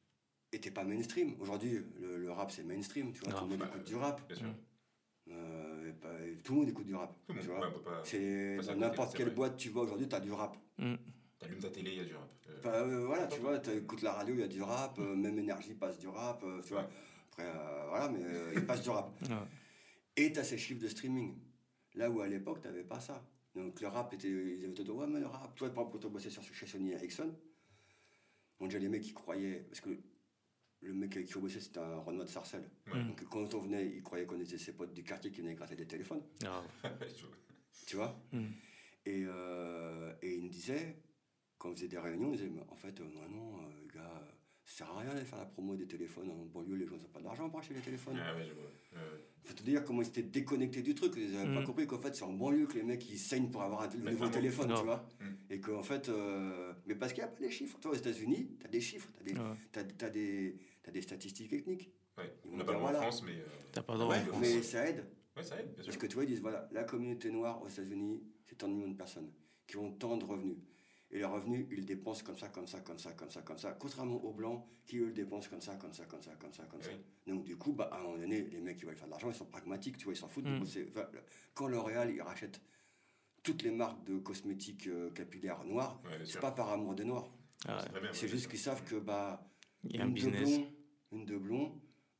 était pas mainstream. Aujourd'hui, le, le rap, c'est mainstream, tu vois. Ah, tout le monde bah, écoute du rap. Bien sûr. Euh, et pas- et tout le monde écoute du rap. Tout le tu monde, vois. ouais, on peut pas- C'est passer à dans côté, n'importe c'est quelle vrai. boîte tu vas aujourd'hui, t'as du rap. Mm. T'allumes ta télé, il y a du rap. Euh, Enfin, euh, voilà, tu vois, t'écoutes la radio, il y a du rap, euh, même Énergie passe du rap, euh, tu vois. Ouais. Après, euh, voilà, mais euh, il passe du rap. Ouais. Et t'as ces chiffres de streaming. Là où à l'époque, t'avais pas ça. Donc le rap était. Ils avaient tout dit, ouais, mais le rap. Toi, par exemple, quand on bossait sur, chez Sony Ericsson, on déjà les mecs qui croyaient. Parce que le mec avec qui on bossait, c'était un Renoir de Sarcelles. Ouais. Donc quand on venait, il croyait qu'on était ses potes du quartier qui venaient gratter des téléphones. Ah, je vois. Tu vois. mm. Et, euh, et il me disait, quand on faisait des réunions, il disait, mais en fait, euh, non, non, euh, les gars, euh, ça sert à rien d'aller faire la promo des téléphones. En banlieue, les gens n'ont pas d'argent pour acheter les téléphones. Ah ouais, je vois. Euh, Faut te dire comment ils s'étaient déconnectés du truc. Ils n'avaient Mm. pas compris qu'en fait, c'est en banlieue que les mecs ils saignent pour avoir un t- Mais nouveau vraiment. téléphone, Non. tu vois. Mm. Et qu'en fait, euh, mais parce qu'il n'y a pas des chiffres. Toi, aux États-Unis, tu as des chiffres, tu as, Ouais. t'as des, t'as des statistiques techniques. ouais. Ils On vont n'a pas dire, le droit voilà. en France, mais. euh, T'as pas le droit Ouais, en France. Mais ça aide. Ouais, ça aide, bien sûr. Parce que tu vois, ils disent voilà, la communauté noire aux États-Unis, c'est tant de millions de personnes qui ont tant de revenus. Et les revenus, ils le dépensent comme ça, comme ça, comme ça, comme ça, comme ça. Contrairement aux blancs qui, eux, le dépensent comme ça, comme ça, comme ça, comme ça, comme ça. Oui. Donc, du coup, bah, à un moment donné, les mecs qui veulent faire de l'argent, ils sont pragmatiques, tu vois, ils s'en foutent. Mm. de bosser. Enfin, le- quand L'Oréal, il rachète toutes les marques de cosmétiques euh, capillaires noirs, Ouais, bien c'est sûr. pas par amour des noirs. Ah, C'est très bien, C'est ouais, juste bien qu'ils sûr. savent que, bah, il y a un une de business. blond, une de blond,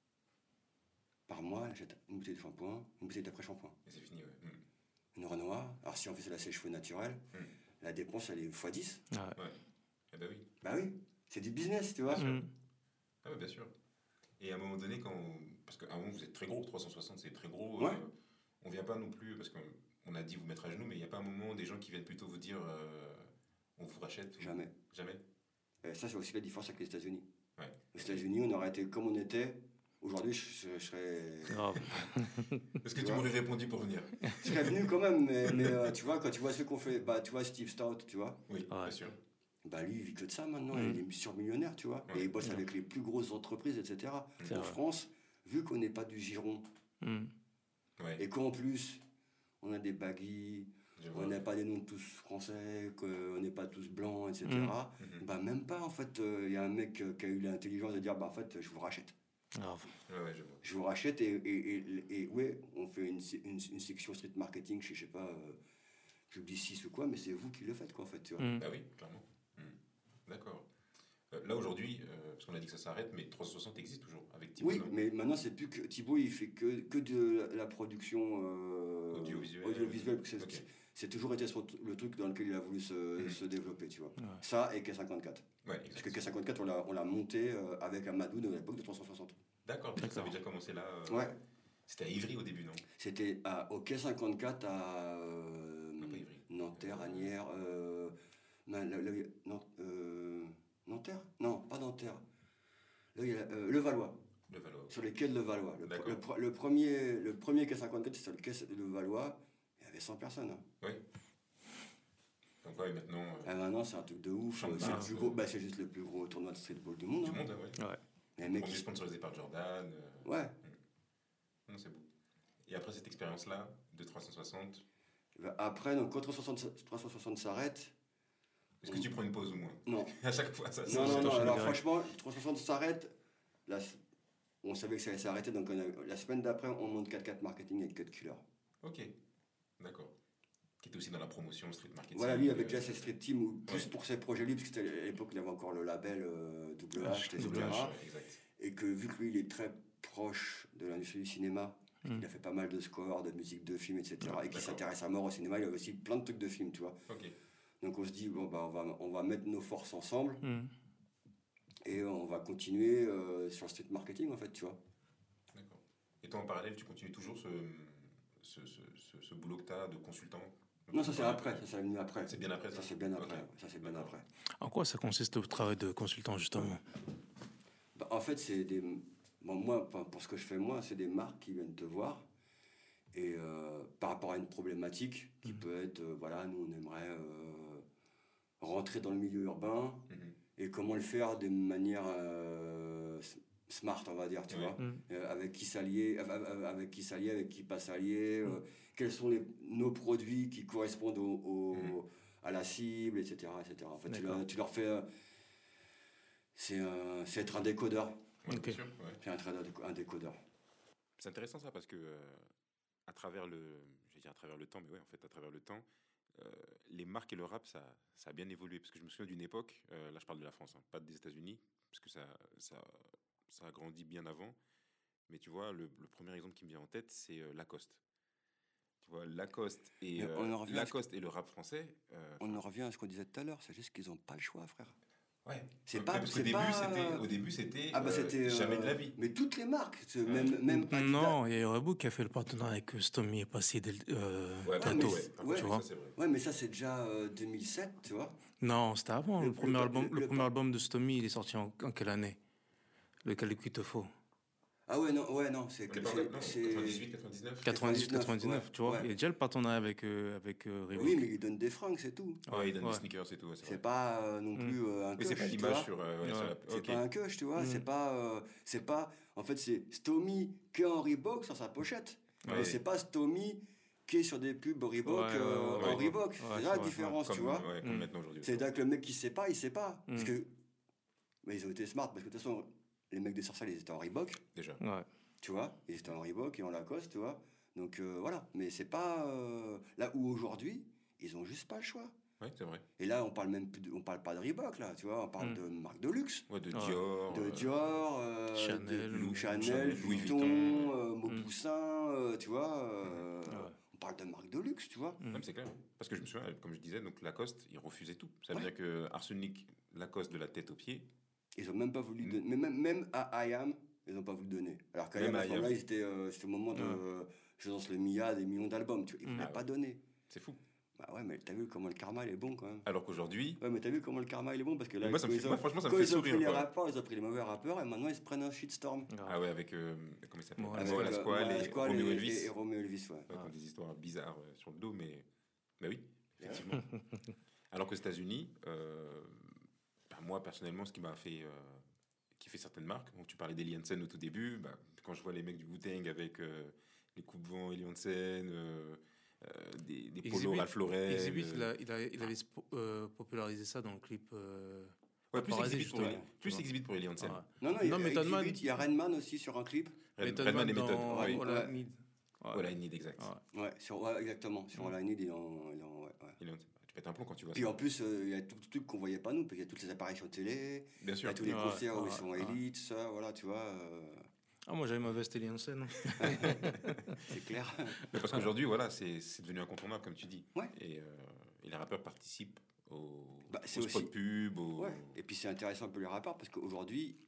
par mois, elle achète une bouteille de shampoing, une bouteille d'après-shampoing. Et c'est fini, ouais. Mm. Une Renoir, alors si on fait ça, ses cheveux naturels, Mm. la dépense, elle est fois dix. Ah, Ouais. Eh ben oui. Bah oui, c'est du business, tu vois. mm. Ah ouais, bien sûr. Et à un moment donné, quand on- parce qu'à un moment vous êtes très gros, trois cent soixante c'est très gros. Ouais. euh, on vient pas non plus, parce qu'on on a dit vous mettre à genoux, mais il n'y a pas un moment des gens qui viennent plutôt vous dire euh, on vous rachète ou- Jamais. Jamais. Et ça, c'est aussi la différence avec les États-Unis. Ouais. Aux États-Unis, on aurait été comme on était. Aujourd'hui, je, je serais. Grave. Est-ce que Tu tu vois. m'aurais répondu pour venir? Je serais venu quand même, mais, mais, euh, tu vois, quand tu vois ce qu'on fait, bah tu vois Steve Stout, tu vois, Oui, Ouais. bien sûr. bah lui, il vit que de ça maintenant, Mhm. il est surmillionnaire, tu vois, Ouais. et il bosse Ouais. avec les plus grosses entreprises, et cetera. C'est En vrai. France, vu qu'on n'est pas du giron, Mm. Ouais, et qu'en plus, on a des baguilles, je vois. on n'a pas des noms de tous français, qu'on n'est pas tous blancs, et cetera. Mhm. Bah même pas, en fait, il y a un mec euh, qui a eu l'intelligence de dire, bah en fait, je vous rachète. Grave. Ouais, ouais, je vois. Je vous rachète et, et, et, et ouais, on fait une, une, une section street marketing chez, je sais pas, euh, je dis six ou quoi, mais c'est vous qui le faites, quoi, en fait, tu vois. Mm. Bah oui, clairement. Hmm. D'accord. Euh, là aujourd'hui, euh, parce qu'on a dit que ça s'arrête, mais trois cent soixante existe toujours avec Thibaut. Oui, non mais maintenant, c'est plus que Thibaut, il fait que, que de la production euh, Audiovisuelle. audiovisuelle, parce que c'est- Ok. c'est toujours été son- le truc dans lequel il a voulu se, Mhm. se développer, tu vois. Ouais. Ça et K cinquante-quatre. Ouais, Parce que exact. K cinquante-quatre, on l'a, on l'a monté euh, avec Amadou de l'époque de trois cent soixante. D'accord, donc ça D'accord. avait déjà commencé là. euh, Ouais, C'était à Ivry au début, non? c'était à, au K cinquante-quatre à euh, Non, pas Ivry. Nanterre, Agnières, euh, non, là- là, non, euh, Nanterre Non, pas Nanterre. Là, il y a, euh, le Valois. Le Valois. Sur les quais de Levallois. Le, D'accord. le, pre- le premier, le premier K cinquante-quatre, c'était sur le quai de Levallois. Il y avait cent personnes. Hein. Oui. Donc ouais, maintenant, euh, Et maintenant, c'est un truc de ouf. Champ de C'est, le Mars, plus euh, gros, bah, c'est juste le plus gros tournoi de streetball du monde. du Hein. monde, hein, ouais. Ouais. Les mecs, On est ils- sponsorisé par Jordan. euh, ouais. Non, c'est beau. Et après cette expérience-là, de trois cent soixante, Bah, après, donc, quand trois cent soixante, trois cent soixante s'arrête, est-ce que tu prends une pause au moins? non. À chaque fois, ça Non, ça- non, ça- non. t'enchaînes Alors, direct. franchement, trois cent soixante s'arrête. La, on savait que ça allait s'arrêter. Donc, on a- la semaine d'après, on monte quatre quatre marketing avec Cut Killer. Ok, d'accord. Qui était aussi dans la promotion street marketing. Voilà, lui, avec euh, déjà ses street team, ou plus ouais. pour ses projets libres, parce que c'était à l'époque, il avait encore le label euh, W H, H, et cetera. W H, ouais, exact. Et que vu que lui, il est très proche de l'industrie du cinéma, Mm. il a fait pas mal de scores, de musique de films, et cetera. Ouais, et qui d'accord. s'intéresse à mort au cinéma, il a aussi plein de trucs de films, tu vois. Ok, Donc on se dit, bon, bah, on, va, on va mettre nos forces ensemble Mm. et on va continuer euh, sur le street marketing, en fait, tu vois. d'accord. Et toi, en parallèle, tu continues toujours ce, ce, ce, ce, ce boulot que tu as de consultant? Non, ça c'est après, ça c'est venu après. C'est bien après ça? Ça c'est bien après, Ok. ouais, ça c'est bien D'accord. après. En quoi ça consiste le travail de consultant, justement? Bah, en fait, c'est des. Bon, moi, pour pour ce que je fais, moi, c'est des marques qui viennent te voir. Et euh, par rapport à une problématique qui Mhm. peut être, euh, voilà, nous, on aimerait euh, rentrer dans le milieu urbain Mhm. et comment le faire d'une manière euh, s- smart, on va dire, tu Ouais. vois. Mm. Euh, avec qui s'allier, av- av- avec qui s'allier, avec qui pas s'allier. Mhm. euh, quels sont les, nos produits qui correspondent au, au- Mhm. à la cible, et cetera, et cetera. En fait, tu D'accord. leur, tu leur fais. euh, c'est, un, c'est être un décodeur. Ouais, Ok. bien sûr, ouais. C'est être un, un décodeur. C'est intéressant ça parce que euh, à travers le, je vais dire à travers le temps, mais ouais, en fait, à travers le temps, euh, les marques et le rap, ça, ça a bien évolué. Parce que je me souviens d'une époque, euh, là je parle de la France, hein, pas des États-Unis, parce que ça, ça, ça a grandi bien avant. Mais tu vois, le, le premier exemple qui me vient en tête, c'est euh, Lacoste. Tu vois, Lacoste et, Mais euh, on en revient à ce Lacoste et le rap français. euh, On en revient à ce qu'on disait tout à l'heure, c'est juste qu'ils n'ont pas le choix, frère. Ouais. C'est Ouais, pas- parce c'est qu'au début, pas- c'était, au début, c'était, Ah bah euh, c'était... jamais euh, de la vie. Mais toutes les marques, c'est même, même Adidas. Non, il y a Reebok qui a fait le partenariat avec euh, Stomy et passé dès le- euh, Ouais, Ah, très mais tôt. ouais, c'est- par ouais, contre, tu oui, vois. ça, c'est vrai. Ouais, mais ça c'est déjà euh, deux mille sept, tu vois. Non, c'était avant. Le, Le- premier le- album, le- le, le- premier album de Stomy, il est sorti en, en quelle année? Lequel qu'il te faut? Ah ouais, non, ouais, non, c'est... On est pas en- c'est- non, c'est- quatre-vingt-dix-huit, quatre-vingt-dix-neuf. quatre-vingt-dix quatre-vingt-dix-neuf, ouais, tu vois. ouais. Il y a déjà le partenariat avec, euh, avec euh, Reebok. Oui, mais ils donnent des fringues, c'est tout. Ouais, il donne Ouais. des sneakers et tout, ouais, c'est C'est vrai. pas euh, non plus euh, un Mais c'est coche, pas tu l'image vois. sur, euh, ouais, sur Ouais. la. C'est Ok. pas un coche, tu vois. Mm. C'est pas, euh, c'est pas. En fait, c'est Stomy qui est en Reebok sur sa pochette. Ouais. Mais c'est pas Stomy qui est sur des pubs Reebok Ouais, ouais, euh, ouais, en ouais. Reebok. Ouais, c'est c'est là la vrai, différence, Comme, tu vois. ouais, comme Mm. maintenant aujourd'hui. C'est-à-dire que le mec qui sait pas, il sait pas. Parce Mm. que. Mais ils ont été smart parce que de toute façon, les mecs des Sorcières, ils étaient en Reebok, Déjà. Ouais. tu vois. Ils étaient en Reebok et en Lacoste, tu vois. Donc euh, voilà. Mais c'est pas. euh, Là où aujourd'hui, ils ont juste pas le choix. Ouais, c'est vrai. Et là, on parle même plus de- on parle pas de Reebok, là, tu vois. On parle Mm. de marque de luxe. Ouais, de Ouais. Dior. De euh, Dior, euh, Chanel, de- Lou- Chanel, Chanel, Louis Vuitton, Vuitton, euh, Maupoussin, euh, tu vois. euh, Ouais. On parle de marque de luxe, tu vois. Mm. Non, mais c'est clair. Parce que je me souviens, comme je disais, donc Lacoste, il refusait tout. Ça veut Ouais. dire que Arsenic, Lacoste de la tête aux pieds. Ils ont même pas voulu Mm. donner. Mais même, même à I A M, ils n'ont pas voulu donner. Alors qu'à I A M, Même à à ce I A M. moment-là, ils étaient, euh, c'était au moment de. Ouais. euh, je lance le Mia, des millions d'albums, tu vois. Ils Mm. voulaient Ah pas ouais. donner. C'est fou. Bah ouais, mais t'as vu comment le karma, il est bon quand même. Alors qu'aujourd'hui, Ouais, mais t'as vu comment le karma, il est bon parce que là, Mais moi, ça me quand fait- ils ont- moi, franchement, ça me quand fait ils ont sourire, pris les quoi. rappeurs, ils ont pris les mauvais rappeurs et maintenant ils se prennent un shitstorm. ah ouais, avec. euh, comment il s'appelle Moral Avec Squale. Moral Squale Moral et Squale Romeo et- Elvis. Et, et Romeo Elvis, ouais. Ouais, qui ont des histoires bizarres euh, sur le dos, mais. Mais oui, effectivement. Alors qu'aux États-Unis, euh, bah, moi, personnellement, ce qui m'a fait. Euh, qui fait certaines marques. Donc, tu parlais d'Eli Hansen au tout début. Bah, quand je vois les mecs du Wu-Tang avec euh, les coupes-vents Eli Hansen, euh, euh, des, des polos Exhibit- Ralph Lauren. Exhibit, euh, il, a- il, a- il avait spo- euh, popularisé ça dans le clip. euh, Ouais, plus Paparazzi, exhibit pour, justement. Eli- plus Ouais. exhibit pour Eli Hansen. Ouais. Non, non, Non, il y a Method Man- Exhibit, il y a Redman aussi sur un clip. Red- Method Redman Man et Method. dans oui. All I Ouais. Need. Ouais. Voilà, il need exact. Ouais. Ouais, sur, ouais, exactement. Sur All I Need, il est en. il est en- ouais, ouais. Eli Hansen. Tu pètes un plomb quand tu vois Puis ça. en plus, euh, il y a tout le truc qu'on voyait pas nous, parce qu'il y a toutes les apparitions télé, Bien il y sûr. a tous les Ouais, concerts où ouais, ils sont ouais. élites, tout ça, voilà, tu vois. euh, Ah, moi j'avais ma veste Eli Hansen. c'est clair. Mais parce qu'aujourd'hui, voilà, c'est c'est devenu incontournable, comme tu dis. Ouais. Et, euh, et les rappeurs participent au, Bah, c'est au spot aussi- pub. Au... Ouais. Et puis c'est intéressant pour les rappeurs, parce qu'aujourd'hui,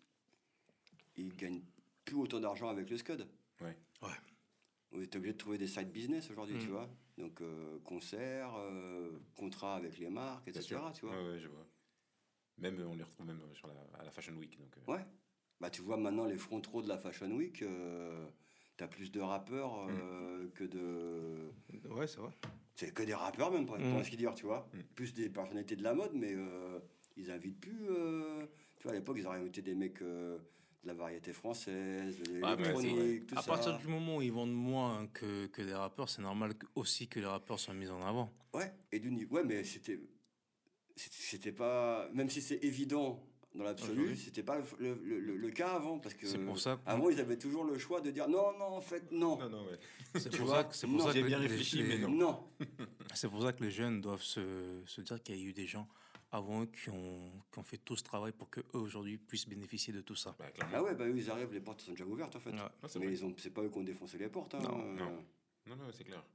ils gagnent plus autant d'argent avec le Scud. Ouais. Ouais. Vous êtes obligé de trouver des side business aujourd'hui, Mm. tu vois. Donc, euh, concerts, euh, contrats avec les marques, Bien et cetera. sûr. Tu vois. Ouais, ouais, je vois. Même, euh, on les retrouve même euh, sur la, à la Fashion Week. Donc, euh, Ouais. Bah, tu vois, maintenant, les front rows de la Fashion Week, euh, t'as plus de rappeurs euh, que de. Ouais, c'est vrai. C'est que des rappeurs, même, pour, pour Mm. ainsi dire, tu vois. Mm. Plus des personnalités de la mode, mais euh, ils invitent plus. euh, Tu vois, à l'époque, ils auraient invité des mecs euh, de la variété française, de Ah, mais l'électronique, tout À ça. partir du moment où ils vendent moins que, que des rappeurs, c'est normal que- aussi que les rappeurs soient mis en avant. Ouais, et du niveau. Ouais, mais c'était. c'était- C'était pas. Même si c'est évident dans l'absolu, Aujourd'hui. c'était pas le, le- le- le cas avant. Parce que. C'est pour ça que- Avant, ils avaient toujours le choix de dire non, non, en fait, non. Non, non, ouais. C'est Tu pour, vois, ça que, c'est pour non, ça j'ai que bien les- réfléchi, les- mais non. Non. C'est pour ça que les jeunes doivent se, se dire qu'il y a eu des gens avant eux qui ont, qui ont fait tout ce travail pour qu'eux, aujourd'hui, puissent bénéficier de tout ça. Bah, clairement. Ah ouais, bah eux, ils arrivent, les portes sont déjà ouvertes, en fait. Ouais. Ah, c'est Mais vrai. ils ont, c'est pas eux qui ont défoncé les portes. Hein. Non, Euh, non. Non, non, c'est clair.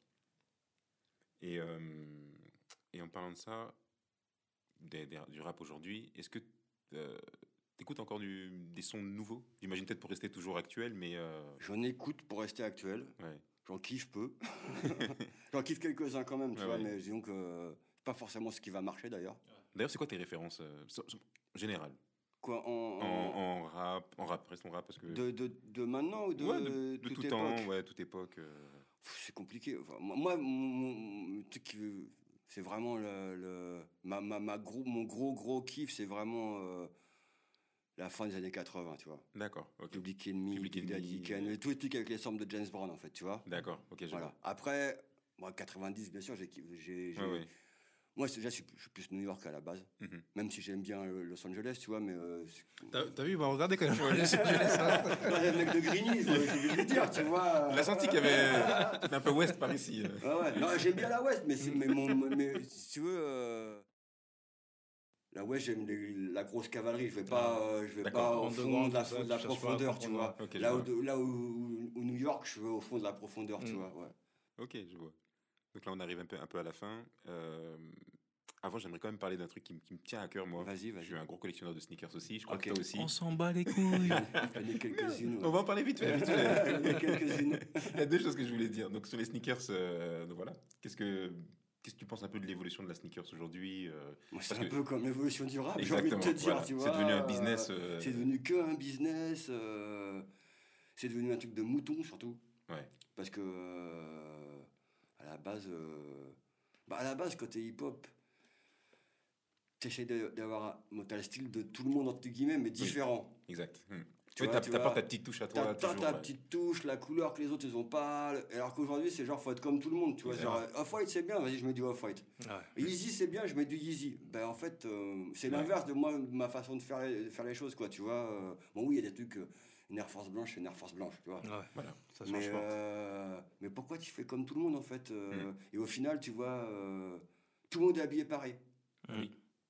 Et, euh, et en parlant de ça, des- des- du rap aujourd'hui, est-ce que euh, t'écoutes encore du, des sons nouveaux? J'imagine peut-être pour rester toujours actuel, mais... euh, J'en écoute pour rester actuel. ouais. J'en kiffe peu. J'en kiffe quelques-uns quand même, tu Ouais, vois, ouais. mais disons que euh, c'est pas forcément ce qui va marcher d'ailleurs. D'ailleurs, c'est quoi tes références euh, so- so- générales Quoi, en, en, en- en rap, en rap, restons rap parce que... de, de, de maintenant ou de, Ouais, de, de toute tout époque temps, ouais, toute époque. euh, Pff, c'est compliqué. Enfin, moi, moi, mon, mon truc qui veut- c'est vraiment le, le- ma, ma, ma gros, mon gros, gros kiff, c'est vraiment euh, la fin des années quatre-vingts, tu vois. D'accord, ok. Public Enemy, Public Big Daddy Enemy, Kane, ouais. tous les trucs avec les samples de James Brown, en fait, tu vois. D'accord, ok, je Voilà. vois. Après, moi, quatre-vingt-dix, bien sûr, j'ai, j'ai, j'ai- Ouais, ouais. Moi, c'est- déjà, je suis, je suis plus New York à la base. Mhm. Même si j'aime bien euh, Los Angeles, tu vois, mais... Euh, c'est- T'as, t'as vu, il m'a regardé quand même. Ouais, le mec de Grigny, je vais lui dire, tu vois. On a senti qu'il y avait c'était un peu ouest par ici. euh. Ouais, ouais. Non, j'aime bien la West, mais, c'est- mais, mon, mais si tu veux, euh, la West, j'aime les- la grosse cavalerie. Je vais pas, euh, je vais D'accord. pas au Underground, fond de la, tout ça, de la tu cherches pas profondeur, la tu vois. profondeur. Ok, je là, où, vois. de- là où, où- où New York, je vais au fond de la profondeur, tu Mm. vois. Ouais. Ok, je vois. Donc là, on arrive un peu, un peu à la fin. Euh, Avant, j'aimerais quand même parler d'un truc qui, me- qui me tient à cœur, moi. Vas-y, vas-y. Je suis un gros collectionneur de sneakers aussi. Je crois Ok. que toi aussi. On s'en bat les couilles. J'en ai quelques-unes. On Ouais. va en parler vite fait. Vite fait. J'en ai quelques-unes. Il y a deux choses que je voulais dire. Donc sur les sneakers, euh, donc voilà. Qu'est-ce que qu'est-ce que tu penses un peu de l'évolution de la sneakers aujourd'hui euh, Moi, c'est parce un que- peu comme l'évolution du rap, j'ai envie de Exactement. te dire, voilà. tu vois. C'est devenu un business. euh, C'est devenu que un business. euh, C'est devenu un truc de mouton, surtout. Ouais. Parce que, euh, à la base, euh, bah à la base, quand t'es hip-hop, t'essayes de- d'avoir un, t'as le style de tout le monde, entre guillemets, mais différent. Exact. Hmm. Tu Tu vois, vois, tu t'apportes vois, ta petite touche à T'as toi. t'as toujours, ta ouais. petite touche, la couleur que les autres, ils ont pas. Alors qu'aujourd'hui, c'est genre, faut être comme tout le monde, tu vois. Ouais. Genre, Off-White, c'est bien, vas-y, je mets du Off-White. Ouais. Yeezy, c'est bien, je mets du Yeezy. Ben, en fait, euh, c'est Ouais. l'inverse de moi, de ma façon de faire les, de faire les choses, quoi, tu vois. euh. Bon, oui, il y a des trucs, euh, une Air Force blanche, c'est une Air Force blanche, tu vois. Ouais. Voilà. Ça change Mais, pas. euh, mais pourquoi tu fais comme tout le monde, en fait euh, Mm. Et au final, tu vois, euh, tout le monde est habillé pareil, Oui.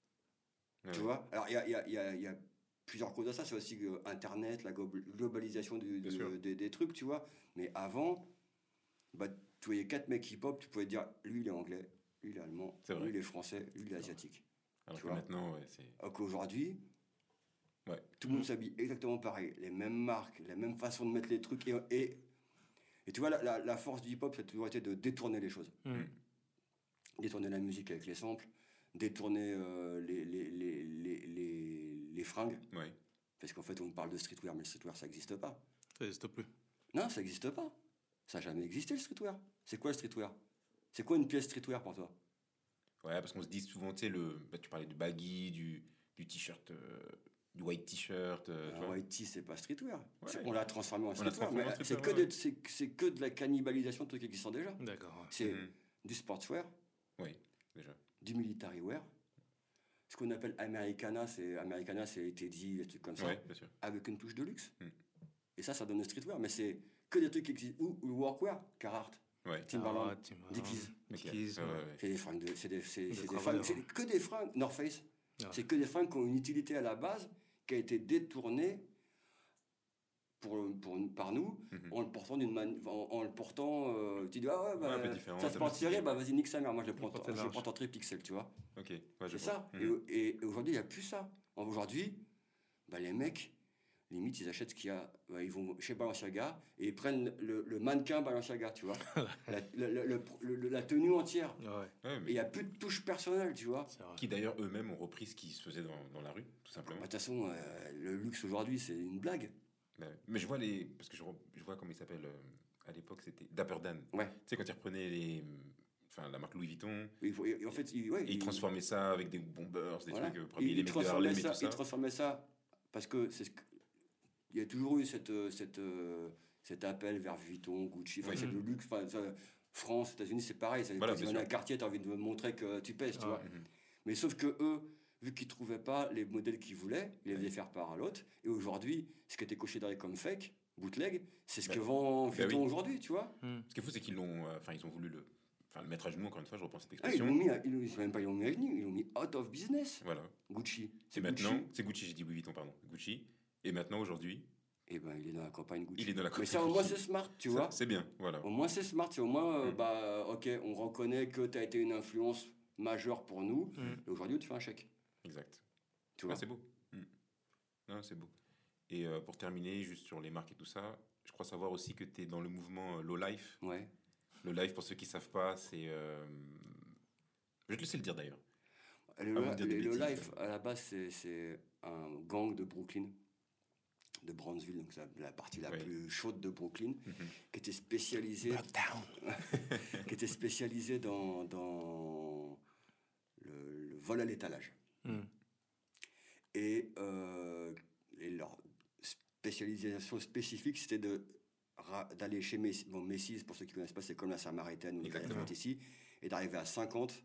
tu Ouais. vois. Alors, il y a, il y, a, il y, a, il y a plusieurs causes à ça. C'est aussi euh, Internet, la glo- globalisation du- Bien de- sûr. des, des trucs, tu vois. Mais avant, bah, tu voyais quatre mecs hip-hop, tu pouvais dire, lui, il est anglais, lui, il est allemand, C'est vrai. lui, il est français, lui, il est asiatique. Alors tu que vois. maintenant, ouais, c'est. Alors qu'aujourd'hui, Ouais. tout le monde s'habille exactement pareil, les mêmes marques, la même façon de mettre les trucs. Et, et, et tu vois, la, la, la force du hip-hop, ça a toujours été de détourner les choses. Mm. Détourner la musique avec les samples, détourner euh, les, les, les, les, les, les fringues. Ouais. Parce qu'en fait, on parle de streetwear, mais le streetwear, ça n'existe pas. Ça n'existe plus. Non, ça n'existe pas. Ça n'a jamais existé, le streetwear. C'est quoi le streetwear? C'est quoi une pièce streetwear pour toi? Ouais, parce qu'on se dit souvent, tu sais, le... bah, tu parlais du baggy, du, du t-shirt, euh, du white t-shirt. euh, tu Un vois. white tee, c'est pas streetwear. Ouais. C'est- On l'a transformé en l'a streetwear. transformé en mais streetwear, C'est que, ouais. des- c'est- c'est que de la cannibalisation de trucs existants déjà. D'accord. ouais. C'est Mhm. du sportswear, Oui, déjà. du military wear. Ce qu'on appelle Americana, c'est Americana, c'est Teddy, des trucs comme ça, Ouais, bien sûr. avec une touche de luxe. Mm. Et ça, ça donne le streetwear, mais c'est que des trucs qui existent. Ou, ou le workwear, Carhartt, Ouais. Timberland, Ah, Timberland. Dickies. Ok. Dickies, Ouais, ouais. ouais, ouais. C'est des fringues de, c'est des, c'est, Des c'est des travailleurs, fringues, c'est que des fringues. North Face, Ouais. c'est que des fringues qui ont une utilité à la base, qui a été détournée pour, pour, par nous, Mhm. en le portant d'une mani- en, en le portant. euh, tu dis ah ouais, bah, Ouais, un peu différent, ça ça se porte peut serré, se- bah vas-y nique sa mère, moi je le prends, porte je le large. prends en triple pixel, tu vois. Ok, ouais, je C'est vois. ça. Mhm. Et, et- et aujourd'hui, il n'y a plus ça. Aujourd'hui, bah, les mecs, limite, ils achètent ce qu'il y a. Bah, ils vont chez Balenciaga et ils prennent le, le mannequin Balenciaga, tu vois. la, la- la- le- le- la tenue entière. Ouais, Ouais, Et mais il n'y a plus de touche personnelle, tu vois. c'est vrai. qui d'ailleurs eux-mêmes ont repris ce qui se faisait dans, dans la rue, tout Bah, simplement. De toute façon, euh, le luxe aujourd'hui, c'est une blague. Ouais. Mais je vois les. Parce que je, re- je vois comment il s'appelle. euh, à l'époque, c'était Dapper Dan. Ouais. Tu sais, quand ils reprenaient les. Enfin, la marque Louis Vuitton, Il faut- et en fait, il, ouais, et ils il- transformaient ça avec des bombers, des voilà. trucs euh, pour Il- habiller les il mecs de transformait Harlem et ça, tout ça. il transformait ça parce que c'est ce que- il y a toujours eu cette, euh, cette, euh, cet appel vers Vuitton, Gucci. Enfin, Oui. c'est le luxe. Enfin, ça, France, États-Unis, c'est pareil. C'est Voilà, quand tu bien viens à sûr. un quartier, tu as envie de montrer que tu pèses, tu Ouais. vois. Mhm. Mais sauf que eux, vu qu'ils trouvaient pas les modèles qu'ils voulaient, ils les faisaient faire part à l'autre. Et aujourd'hui, ce qui était coché derrière comme fake, bootleg, c'est ce Bah, que vend bah Vuitton oui. aujourd'hui, tu vois. Mm. Ce qui est fou, c'est qu'ils l'ont. euh, Enfin, ils ont voulu le. Enfin, le mettre à genoux, encore une fois, je reprends cette Ah, ils expression. l'ont mis, à- ils l'ont- ils- même pas ils l'ont mis à genoux, ils l'ont mis out of business. Voilà. Gucci. C'est maintenant. C'est Gucci, j'ai dit Louis Vuitton, pardon. Gucci. Et maintenant, aujourd'hui, Et ben, il est dans la campagne Gucci. il est dans la Mais campagne ça, au moins, Gucci. c'est smart, tu Ça, vois. C'est bien, voilà. Au moins, c'est smart. C'est au moins, euh, Mm. bah, ok, on reconnaît que tu as été une influence majeure pour nous. Mm. Et aujourd'hui, tu fais un chèque. Exact. Tu Ouais, vois. c'est beau. Mm. Non, c'est beau. Et euh, pour terminer, juste sur les marques et tout ça, je crois savoir aussi que tu es dans le mouvement euh, Low Life. Ouais. Le live, pour ceux qui ne savent pas, c'est. euh, Je vais te laisser le dire d'ailleurs. Le, Avant de dire des le- le bêtises. Life, à la base, c'est, c'est un gang de Brooklyn, de Brownsville, donc c'est la, la partie la Ouais. plus chaude de Brooklyn, Mhm. qui était spécialisée, qui était spécialisée dans, dans le, le vol à l'étalage. Mm. Et, euh, et leur spécialisation spécifique, c'était de, ra- d'aller chez Messi, bon, Macy's, pour ceux qui ne connaissent pas, c'est comme la Samaritaine ou les Exactement. Fêtes ici, et d'arriver à cinquante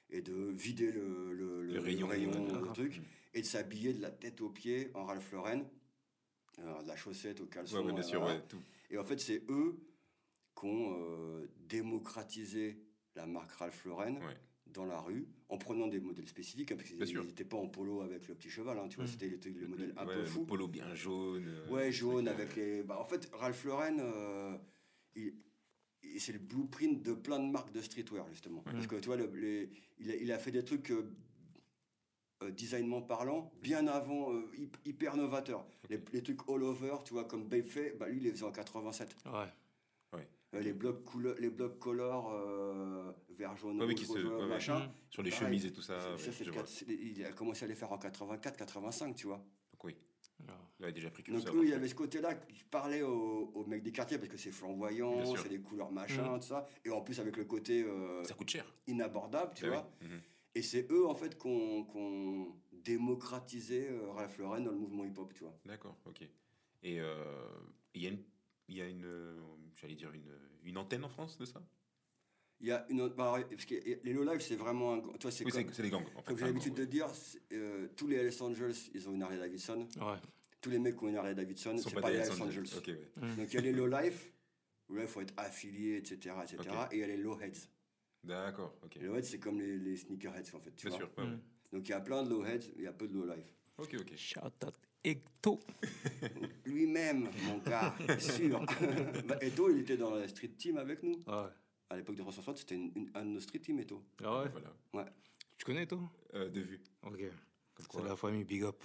et de vider le, le, le, le rayon, le, rayon, ouais, le truc, et de s'habiller de la tête aux pieds en Ralph Lauren, euh, de la chaussette au caleçon. Ouais, ouais, bien sûr, voilà. ouais, tout. Et en fait, c'est eux qui ont euh, démocratisé la marque Ralph Lauren Ouais. dans la rue, en prenant des modèles spécifiques, hein, parce Bien sûr. qu'ils n'étaient pas en polo avec le petit cheval, hein, tu vois, Mmh. c'était les, les modèles un ouais, peu fous. Le polo bien jaune. euh, Ouais, jaune, truc, avec euh, les... Bah, en fait, Ralph Lauren, euh, il... il- c'est le blueprint de plein de marques de streetwear, justement. Ouais. Parce que, tu vois, le- les... il, a, il a fait des trucs... Euh, euh, designement parlant, bien avant, euh, hy- hyper novateur. Ok. Les, les trucs all over, tu vois, comme Babe fait, bah, lui, il les faisait en quatre-vingt-sept. Ouais. Ouais. Euh, les blocs couleur, les blocs color, euh, vert, jaune, Ouais, mais rouge, qui se- rose, ouais, ouais. machin. Mmh. Sur les Pareil, chemises et tout ça. c'est- ouais, ça, c'est je le vois. quatre- c'est- il a commencé à les faire en quatre-vingt-quatre, quatre-vingt-cinq, tu vois. Donc oui, Ouais. il avait déjà pris quelque Donc chose. eux, il y avait ce côté-là qui parlait aux, aux mecs des quartiers parce que c'est Bien flamboyant, sûr. c'est des couleurs machin, Mmh. tout ça. Et en plus avec le côté euh, Ça coûte cher. inabordable, tu Bah vois. oui. Mhm. Et c'est eux, en fait, qu'on qu'on démocratisé euh, Ralph Lauren dans le mouvement hip-hop, tu vois. D'accord, ok. Et euh, il y a une, il y a une, euh, j'allais dire une, une antenne en France de ça. Il y a une autre... bah, alors, parce que les low life, c'est vraiment un... Toi, c'est Oui, comme, c'est c'est des gangs. En fait, comme j'ai un l'habitude gang, de dire, c'est, euh, tous les Hells Angels, ils ont une Harley Davidson. Ouais. Tous les mecs qui ont une Harley Davidson, Ils sont c'est pas pas des les Hells Hells Angels. Angels. Ok, ouais. Mmh. Donc il y a les low life, où là, il faut être affilié, et cetera, et cetera. Ok. Et il y a les low heads. D'accord, ok. Les low heads, c'est comme les, les sneakerheads, en fait, tu Bien vois. sûr. Ouais, ouais. Mmh. Donc il y a plein de low heads, il y a peu de low life. Ok, ok. Shout out Ecto. Lui-même, mon gars, sûr. Bah, Eto, il était dans la street team avec nous. Ouais. À l'époque de trois cent soixante, c'était une- une- un de nos street team, Eto. Ah ouais. Voilà. Ouais. Tu connais toi? Euh, de vue. Ok. Comme C'est quoi. la famille Big Up.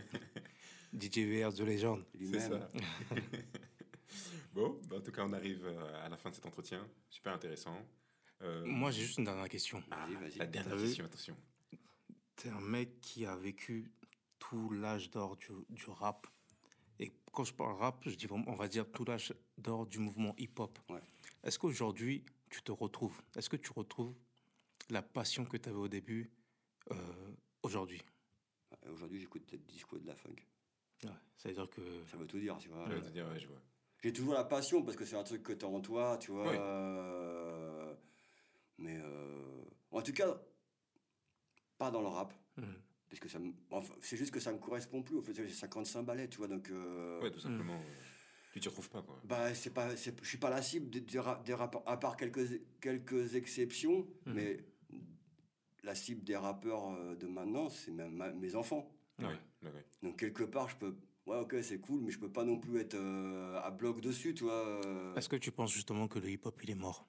D J V R de légende. C'est Lui-même. ça. Bon, bah, en tout cas, on arrive euh, à la fin de cet entretien. Super intéressant. Euh, Moi, j'ai juste une dernière question. Vas-y, vas-y. La dernière T'as vu question, attention. T'es un mec qui a vécu tout l'âge d'or du, du rap. Et quand je parle rap, je dis vraiment, on va dire tout l'âge d'or du mouvement hip-hop. Ouais. Est-ce qu'aujourd'hui, tu te retrouves? Est-ce que tu retrouves la passion que tu avais au début euh, aujourd'hui? Ouais, Aujourd'hui, j'écoute peut-être disco et de la funk. Ouais, ça veut dire que... Ça veut tout dire, tu vois. Je vais te dire, ouais, je vois. J'ai toujours la passion parce que c'est un truc que t'as en toi, tu vois. Ouais. euh, Mais euh, en tout cas, pas dans le rap. Mhm. Parce que ça me... enfin, c'est juste que ça me correspond plus. En fait, j'ai cinquante-cinq ballets, tu vois. Donc, euh, Ouais, tout simplement. euh, tu t'y retrouves pas, quoi. bah, c'est pas, c'est, je suis pas la cible des, des, rap- des rappeurs, à part quelques, quelques exceptions. Mhm. Mais la cible des rappeurs euh, de maintenant, c'est même ma- mes enfants. Ouais, Ouais. ouais, ouais. Donc, quelque part, je peux. Ouais, ok, c'est cool, mais je peux pas non plus être euh, à bloc dessus, tu vois. euh. Est-ce que tu penses justement que le hip-hop, il est mort?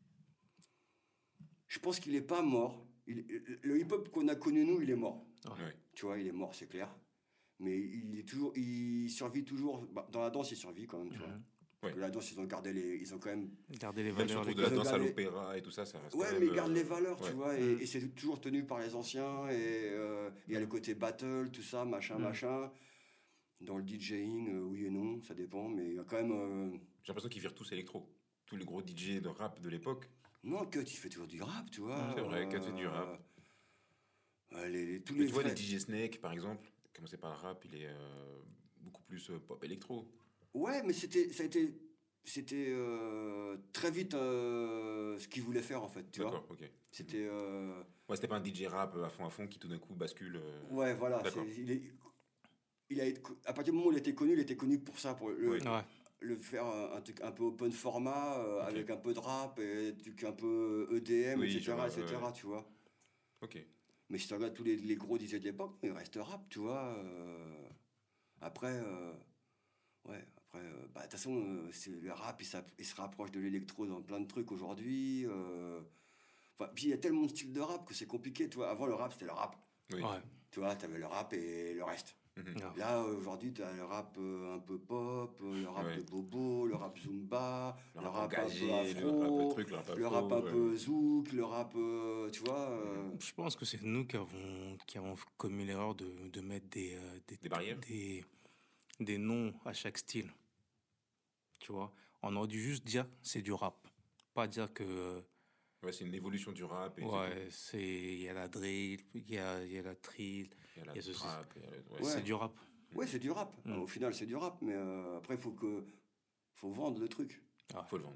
Je pense qu'il est pas mort. Il- le hip-hop qu'on a connu, nous, il est mort. Ouais. Tu vois, il est mort, c'est clair. Mais il, est toujours, il survit toujours. Bah, dans la danse, il survit quand même, tu vois. Mhm. Parce que la danse, ils ont gardé les. Ils ont quand même. Garder les Même valeurs, surtout les de la Ils ont danse à gardé- l'opéra et tout ça, ça reste Ouais, quand mais même, ils gardent euh, les valeurs, ouais. tu vois. Et, Mhm. et c'est toujours tenu par les anciens. Et euh, il y a le côté battle, tout ça, machin, Mhm. machin. Dans le DJing, euh, oui et non, ça dépend. Mais il y a quand même. euh, J'ai l'impression qu'ils virent tous électro. Tous les gros D J de rap de l'époque. Non, Cut, il fait toujours du rap, tu vois. C'est vrai, Cut fait du rap. Euh, les, les- tous Mais les tu vois, vrais- les D J Snake, par exemple, commencé par le rap, il est euh, beaucoup plus euh, pop électro. Ouais, mais c'était, ça a été, c'était euh, très vite euh, ce qu'il voulait faire en fait, tu vois. D'accord, ok. C'était, euh, Ouais, c'était pas un D J rap à fond à fond qui tout d'un coup bascule. euh, ouais, voilà. D'accord. c'est- il est, il a été, à partir du moment où il était connu, il était connu pour ça, pour le, Oui. Ouais. le faire un, un truc un peu open format euh, Ok. avec un peu de rap et des trucs un peu E D M, Oui, je et cetera, vois, et cetera, ouais, ouais. tu vois. Ok. Mais si tu regardes tous les, les gros D J de l'époque, il reste rap, tu vois. euh, Après, euh, ouais, après, euh, bah, de toute façon, euh, c'est, le rap, il, s'app- il se rapproche de l'électro dans plein de trucs aujourd'hui. euh, Enfin, puis il y a tellement de styles de rap que c'est compliqué, tu vois. Avant, le rap, c'était le rap. Oui. Ouais. Tu vois, t'avais le rap et le reste. Mhm. Ouais. Là, euh, aujourd'hui, t'as le rap euh, un peu pop, euh, le rap Ouais. de bobo, le rap zumba, Le le, rap rap engagé, un le peu rap afro, truc, le rap le afro, rap un ouais. peu zouk, le rap, euh, tu vois. euh, Je pense que c'est nous qui avons, qui avons commis l'erreur de, de mettre des, euh, des, Des barrières. des, des noms à chaque style. Tu vois, on aurait dû juste dire c'est du rap. Pas dire que Ouais, c'est une évolution du rap. Et c'est ouais, c'est il y a la drill, il y a, il y a la trill, tout. Il y a la il y a ce- trap. il y a le- ouais, Ouais. c'est du rap. Ouais, c'est du rap. Mm. Au final, c'est du rap, mais euh, après, il faut que faut vendre le truc. Faut le vendre.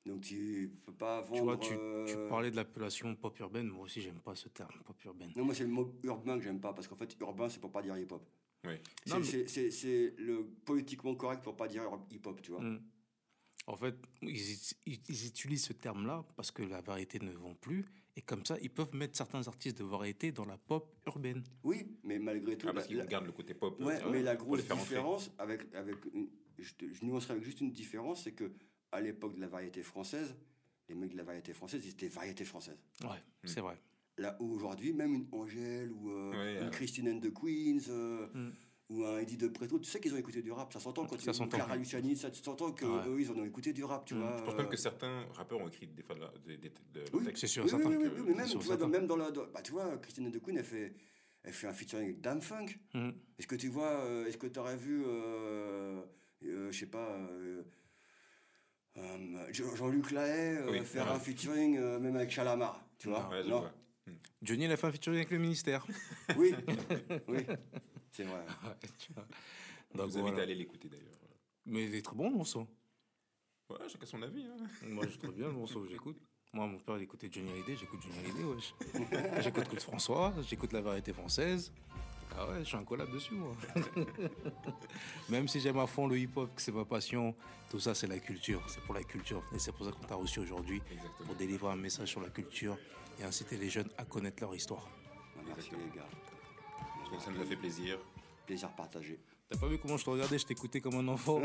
Donc tu peux pas vendre... Tu vois, tu, euh... tu parlais de l'appellation pop urbaine. Moi aussi, j'aime pas ce terme, pop urbaine. Non, moi, c'est le mot urbain que j'aime pas, parce qu'en fait, urbain, c'est pour pas dire hip-hop. Oui. C'est, Non, mais- c'est, c'est, c'est le politiquement correct pour pas dire hip-hop, tu vois. Mm. En fait, ils, ils, ils utilisent ce terme-là parce que la variété ne vend plus. Et comme ça, ils peuvent mettre certains artistes de variété dans la pop urbaine. Oui, mais malgré tout... Ah, parce la- qu'ils la- gardent le côté pop. Ouais, euh, mais la pour grosse les faire entrer. différence, avec, avec une- je, te- je nuancerai avec juste une différence, c'est que à l'époque de la variété française, les mecs de la variété française, ils étaient variété française. Ouais, c'est vrai. Là où aujourd'hui, même une Angèle ou euh, Ouais, une euh. Christine and the Queens euh, Mm. ou un Eddie de Preto, tu sais qu'ils ont écouté du rap. Ça s'entend quand Ça tu s'entend. Clara Luciani, ça s'entend qu'eux, Ouais. ils en ont écouté du rap, tu Mm. vois. Je pense même euh. que certains rappeurs ont écrit des fois de la- des, des, des- de Oui, textes. C'est sûr, oui, certain oui, oui, que- oui, mais même, c'est sûr, tu vois, dans, certain. même dans la... dans- bah, tu vois, Christine and the Queens, elle fait, elle fait un featuring avec Dame Funk. Mm. Est-ce que tu vois, euh, est-ce que tu aurais vu, euh, euh, je sais pas, euh, euh, Jean- Jean-Luc Lahaye euh, Oui, faire ouais. un featuring euh, même avec Chalamar, tu vois? Ouais, je Non. vois. Johnny, il a fait un featuring avec le ministère. Oui, oui, c'est vrai. Ouais, tu vois. Je Donc, vous invite voilà. à aller l'écouter d'ailleurs. Mais il est très bon, le morceau. Ouais, chacun son avis. Hein. Moi, je trouve bien le morceau que j'écoute. Moi, mon père, il écoutait Johnny Hallyday, j'écoute Johnny Hallyday, wesh. J'écoute Claude François, j'écoute la variété française. Ah ouais, je suis un collab dessus, moi. Même si j'aime à fond le hip-hop, que c'est ma passion, tout ça, c'est la culture. C'est pour la culture. Et c'est pour ça qu'on t'a reçu aujourd'hui, Exactement. pour délivrer un message sur la culture et inciter les jeunes à connaître leur histoire. Merci Exactement. les gars. Donc ça nous a fait plaisir. Plaisir partagé. T'as pas vu comment je te regardais, je t'écoutais comme un enfant.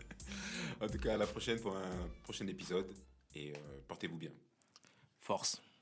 En tout cas, à la prochaine pour un prochain épisode. Et euh, portez-vous bien. Force.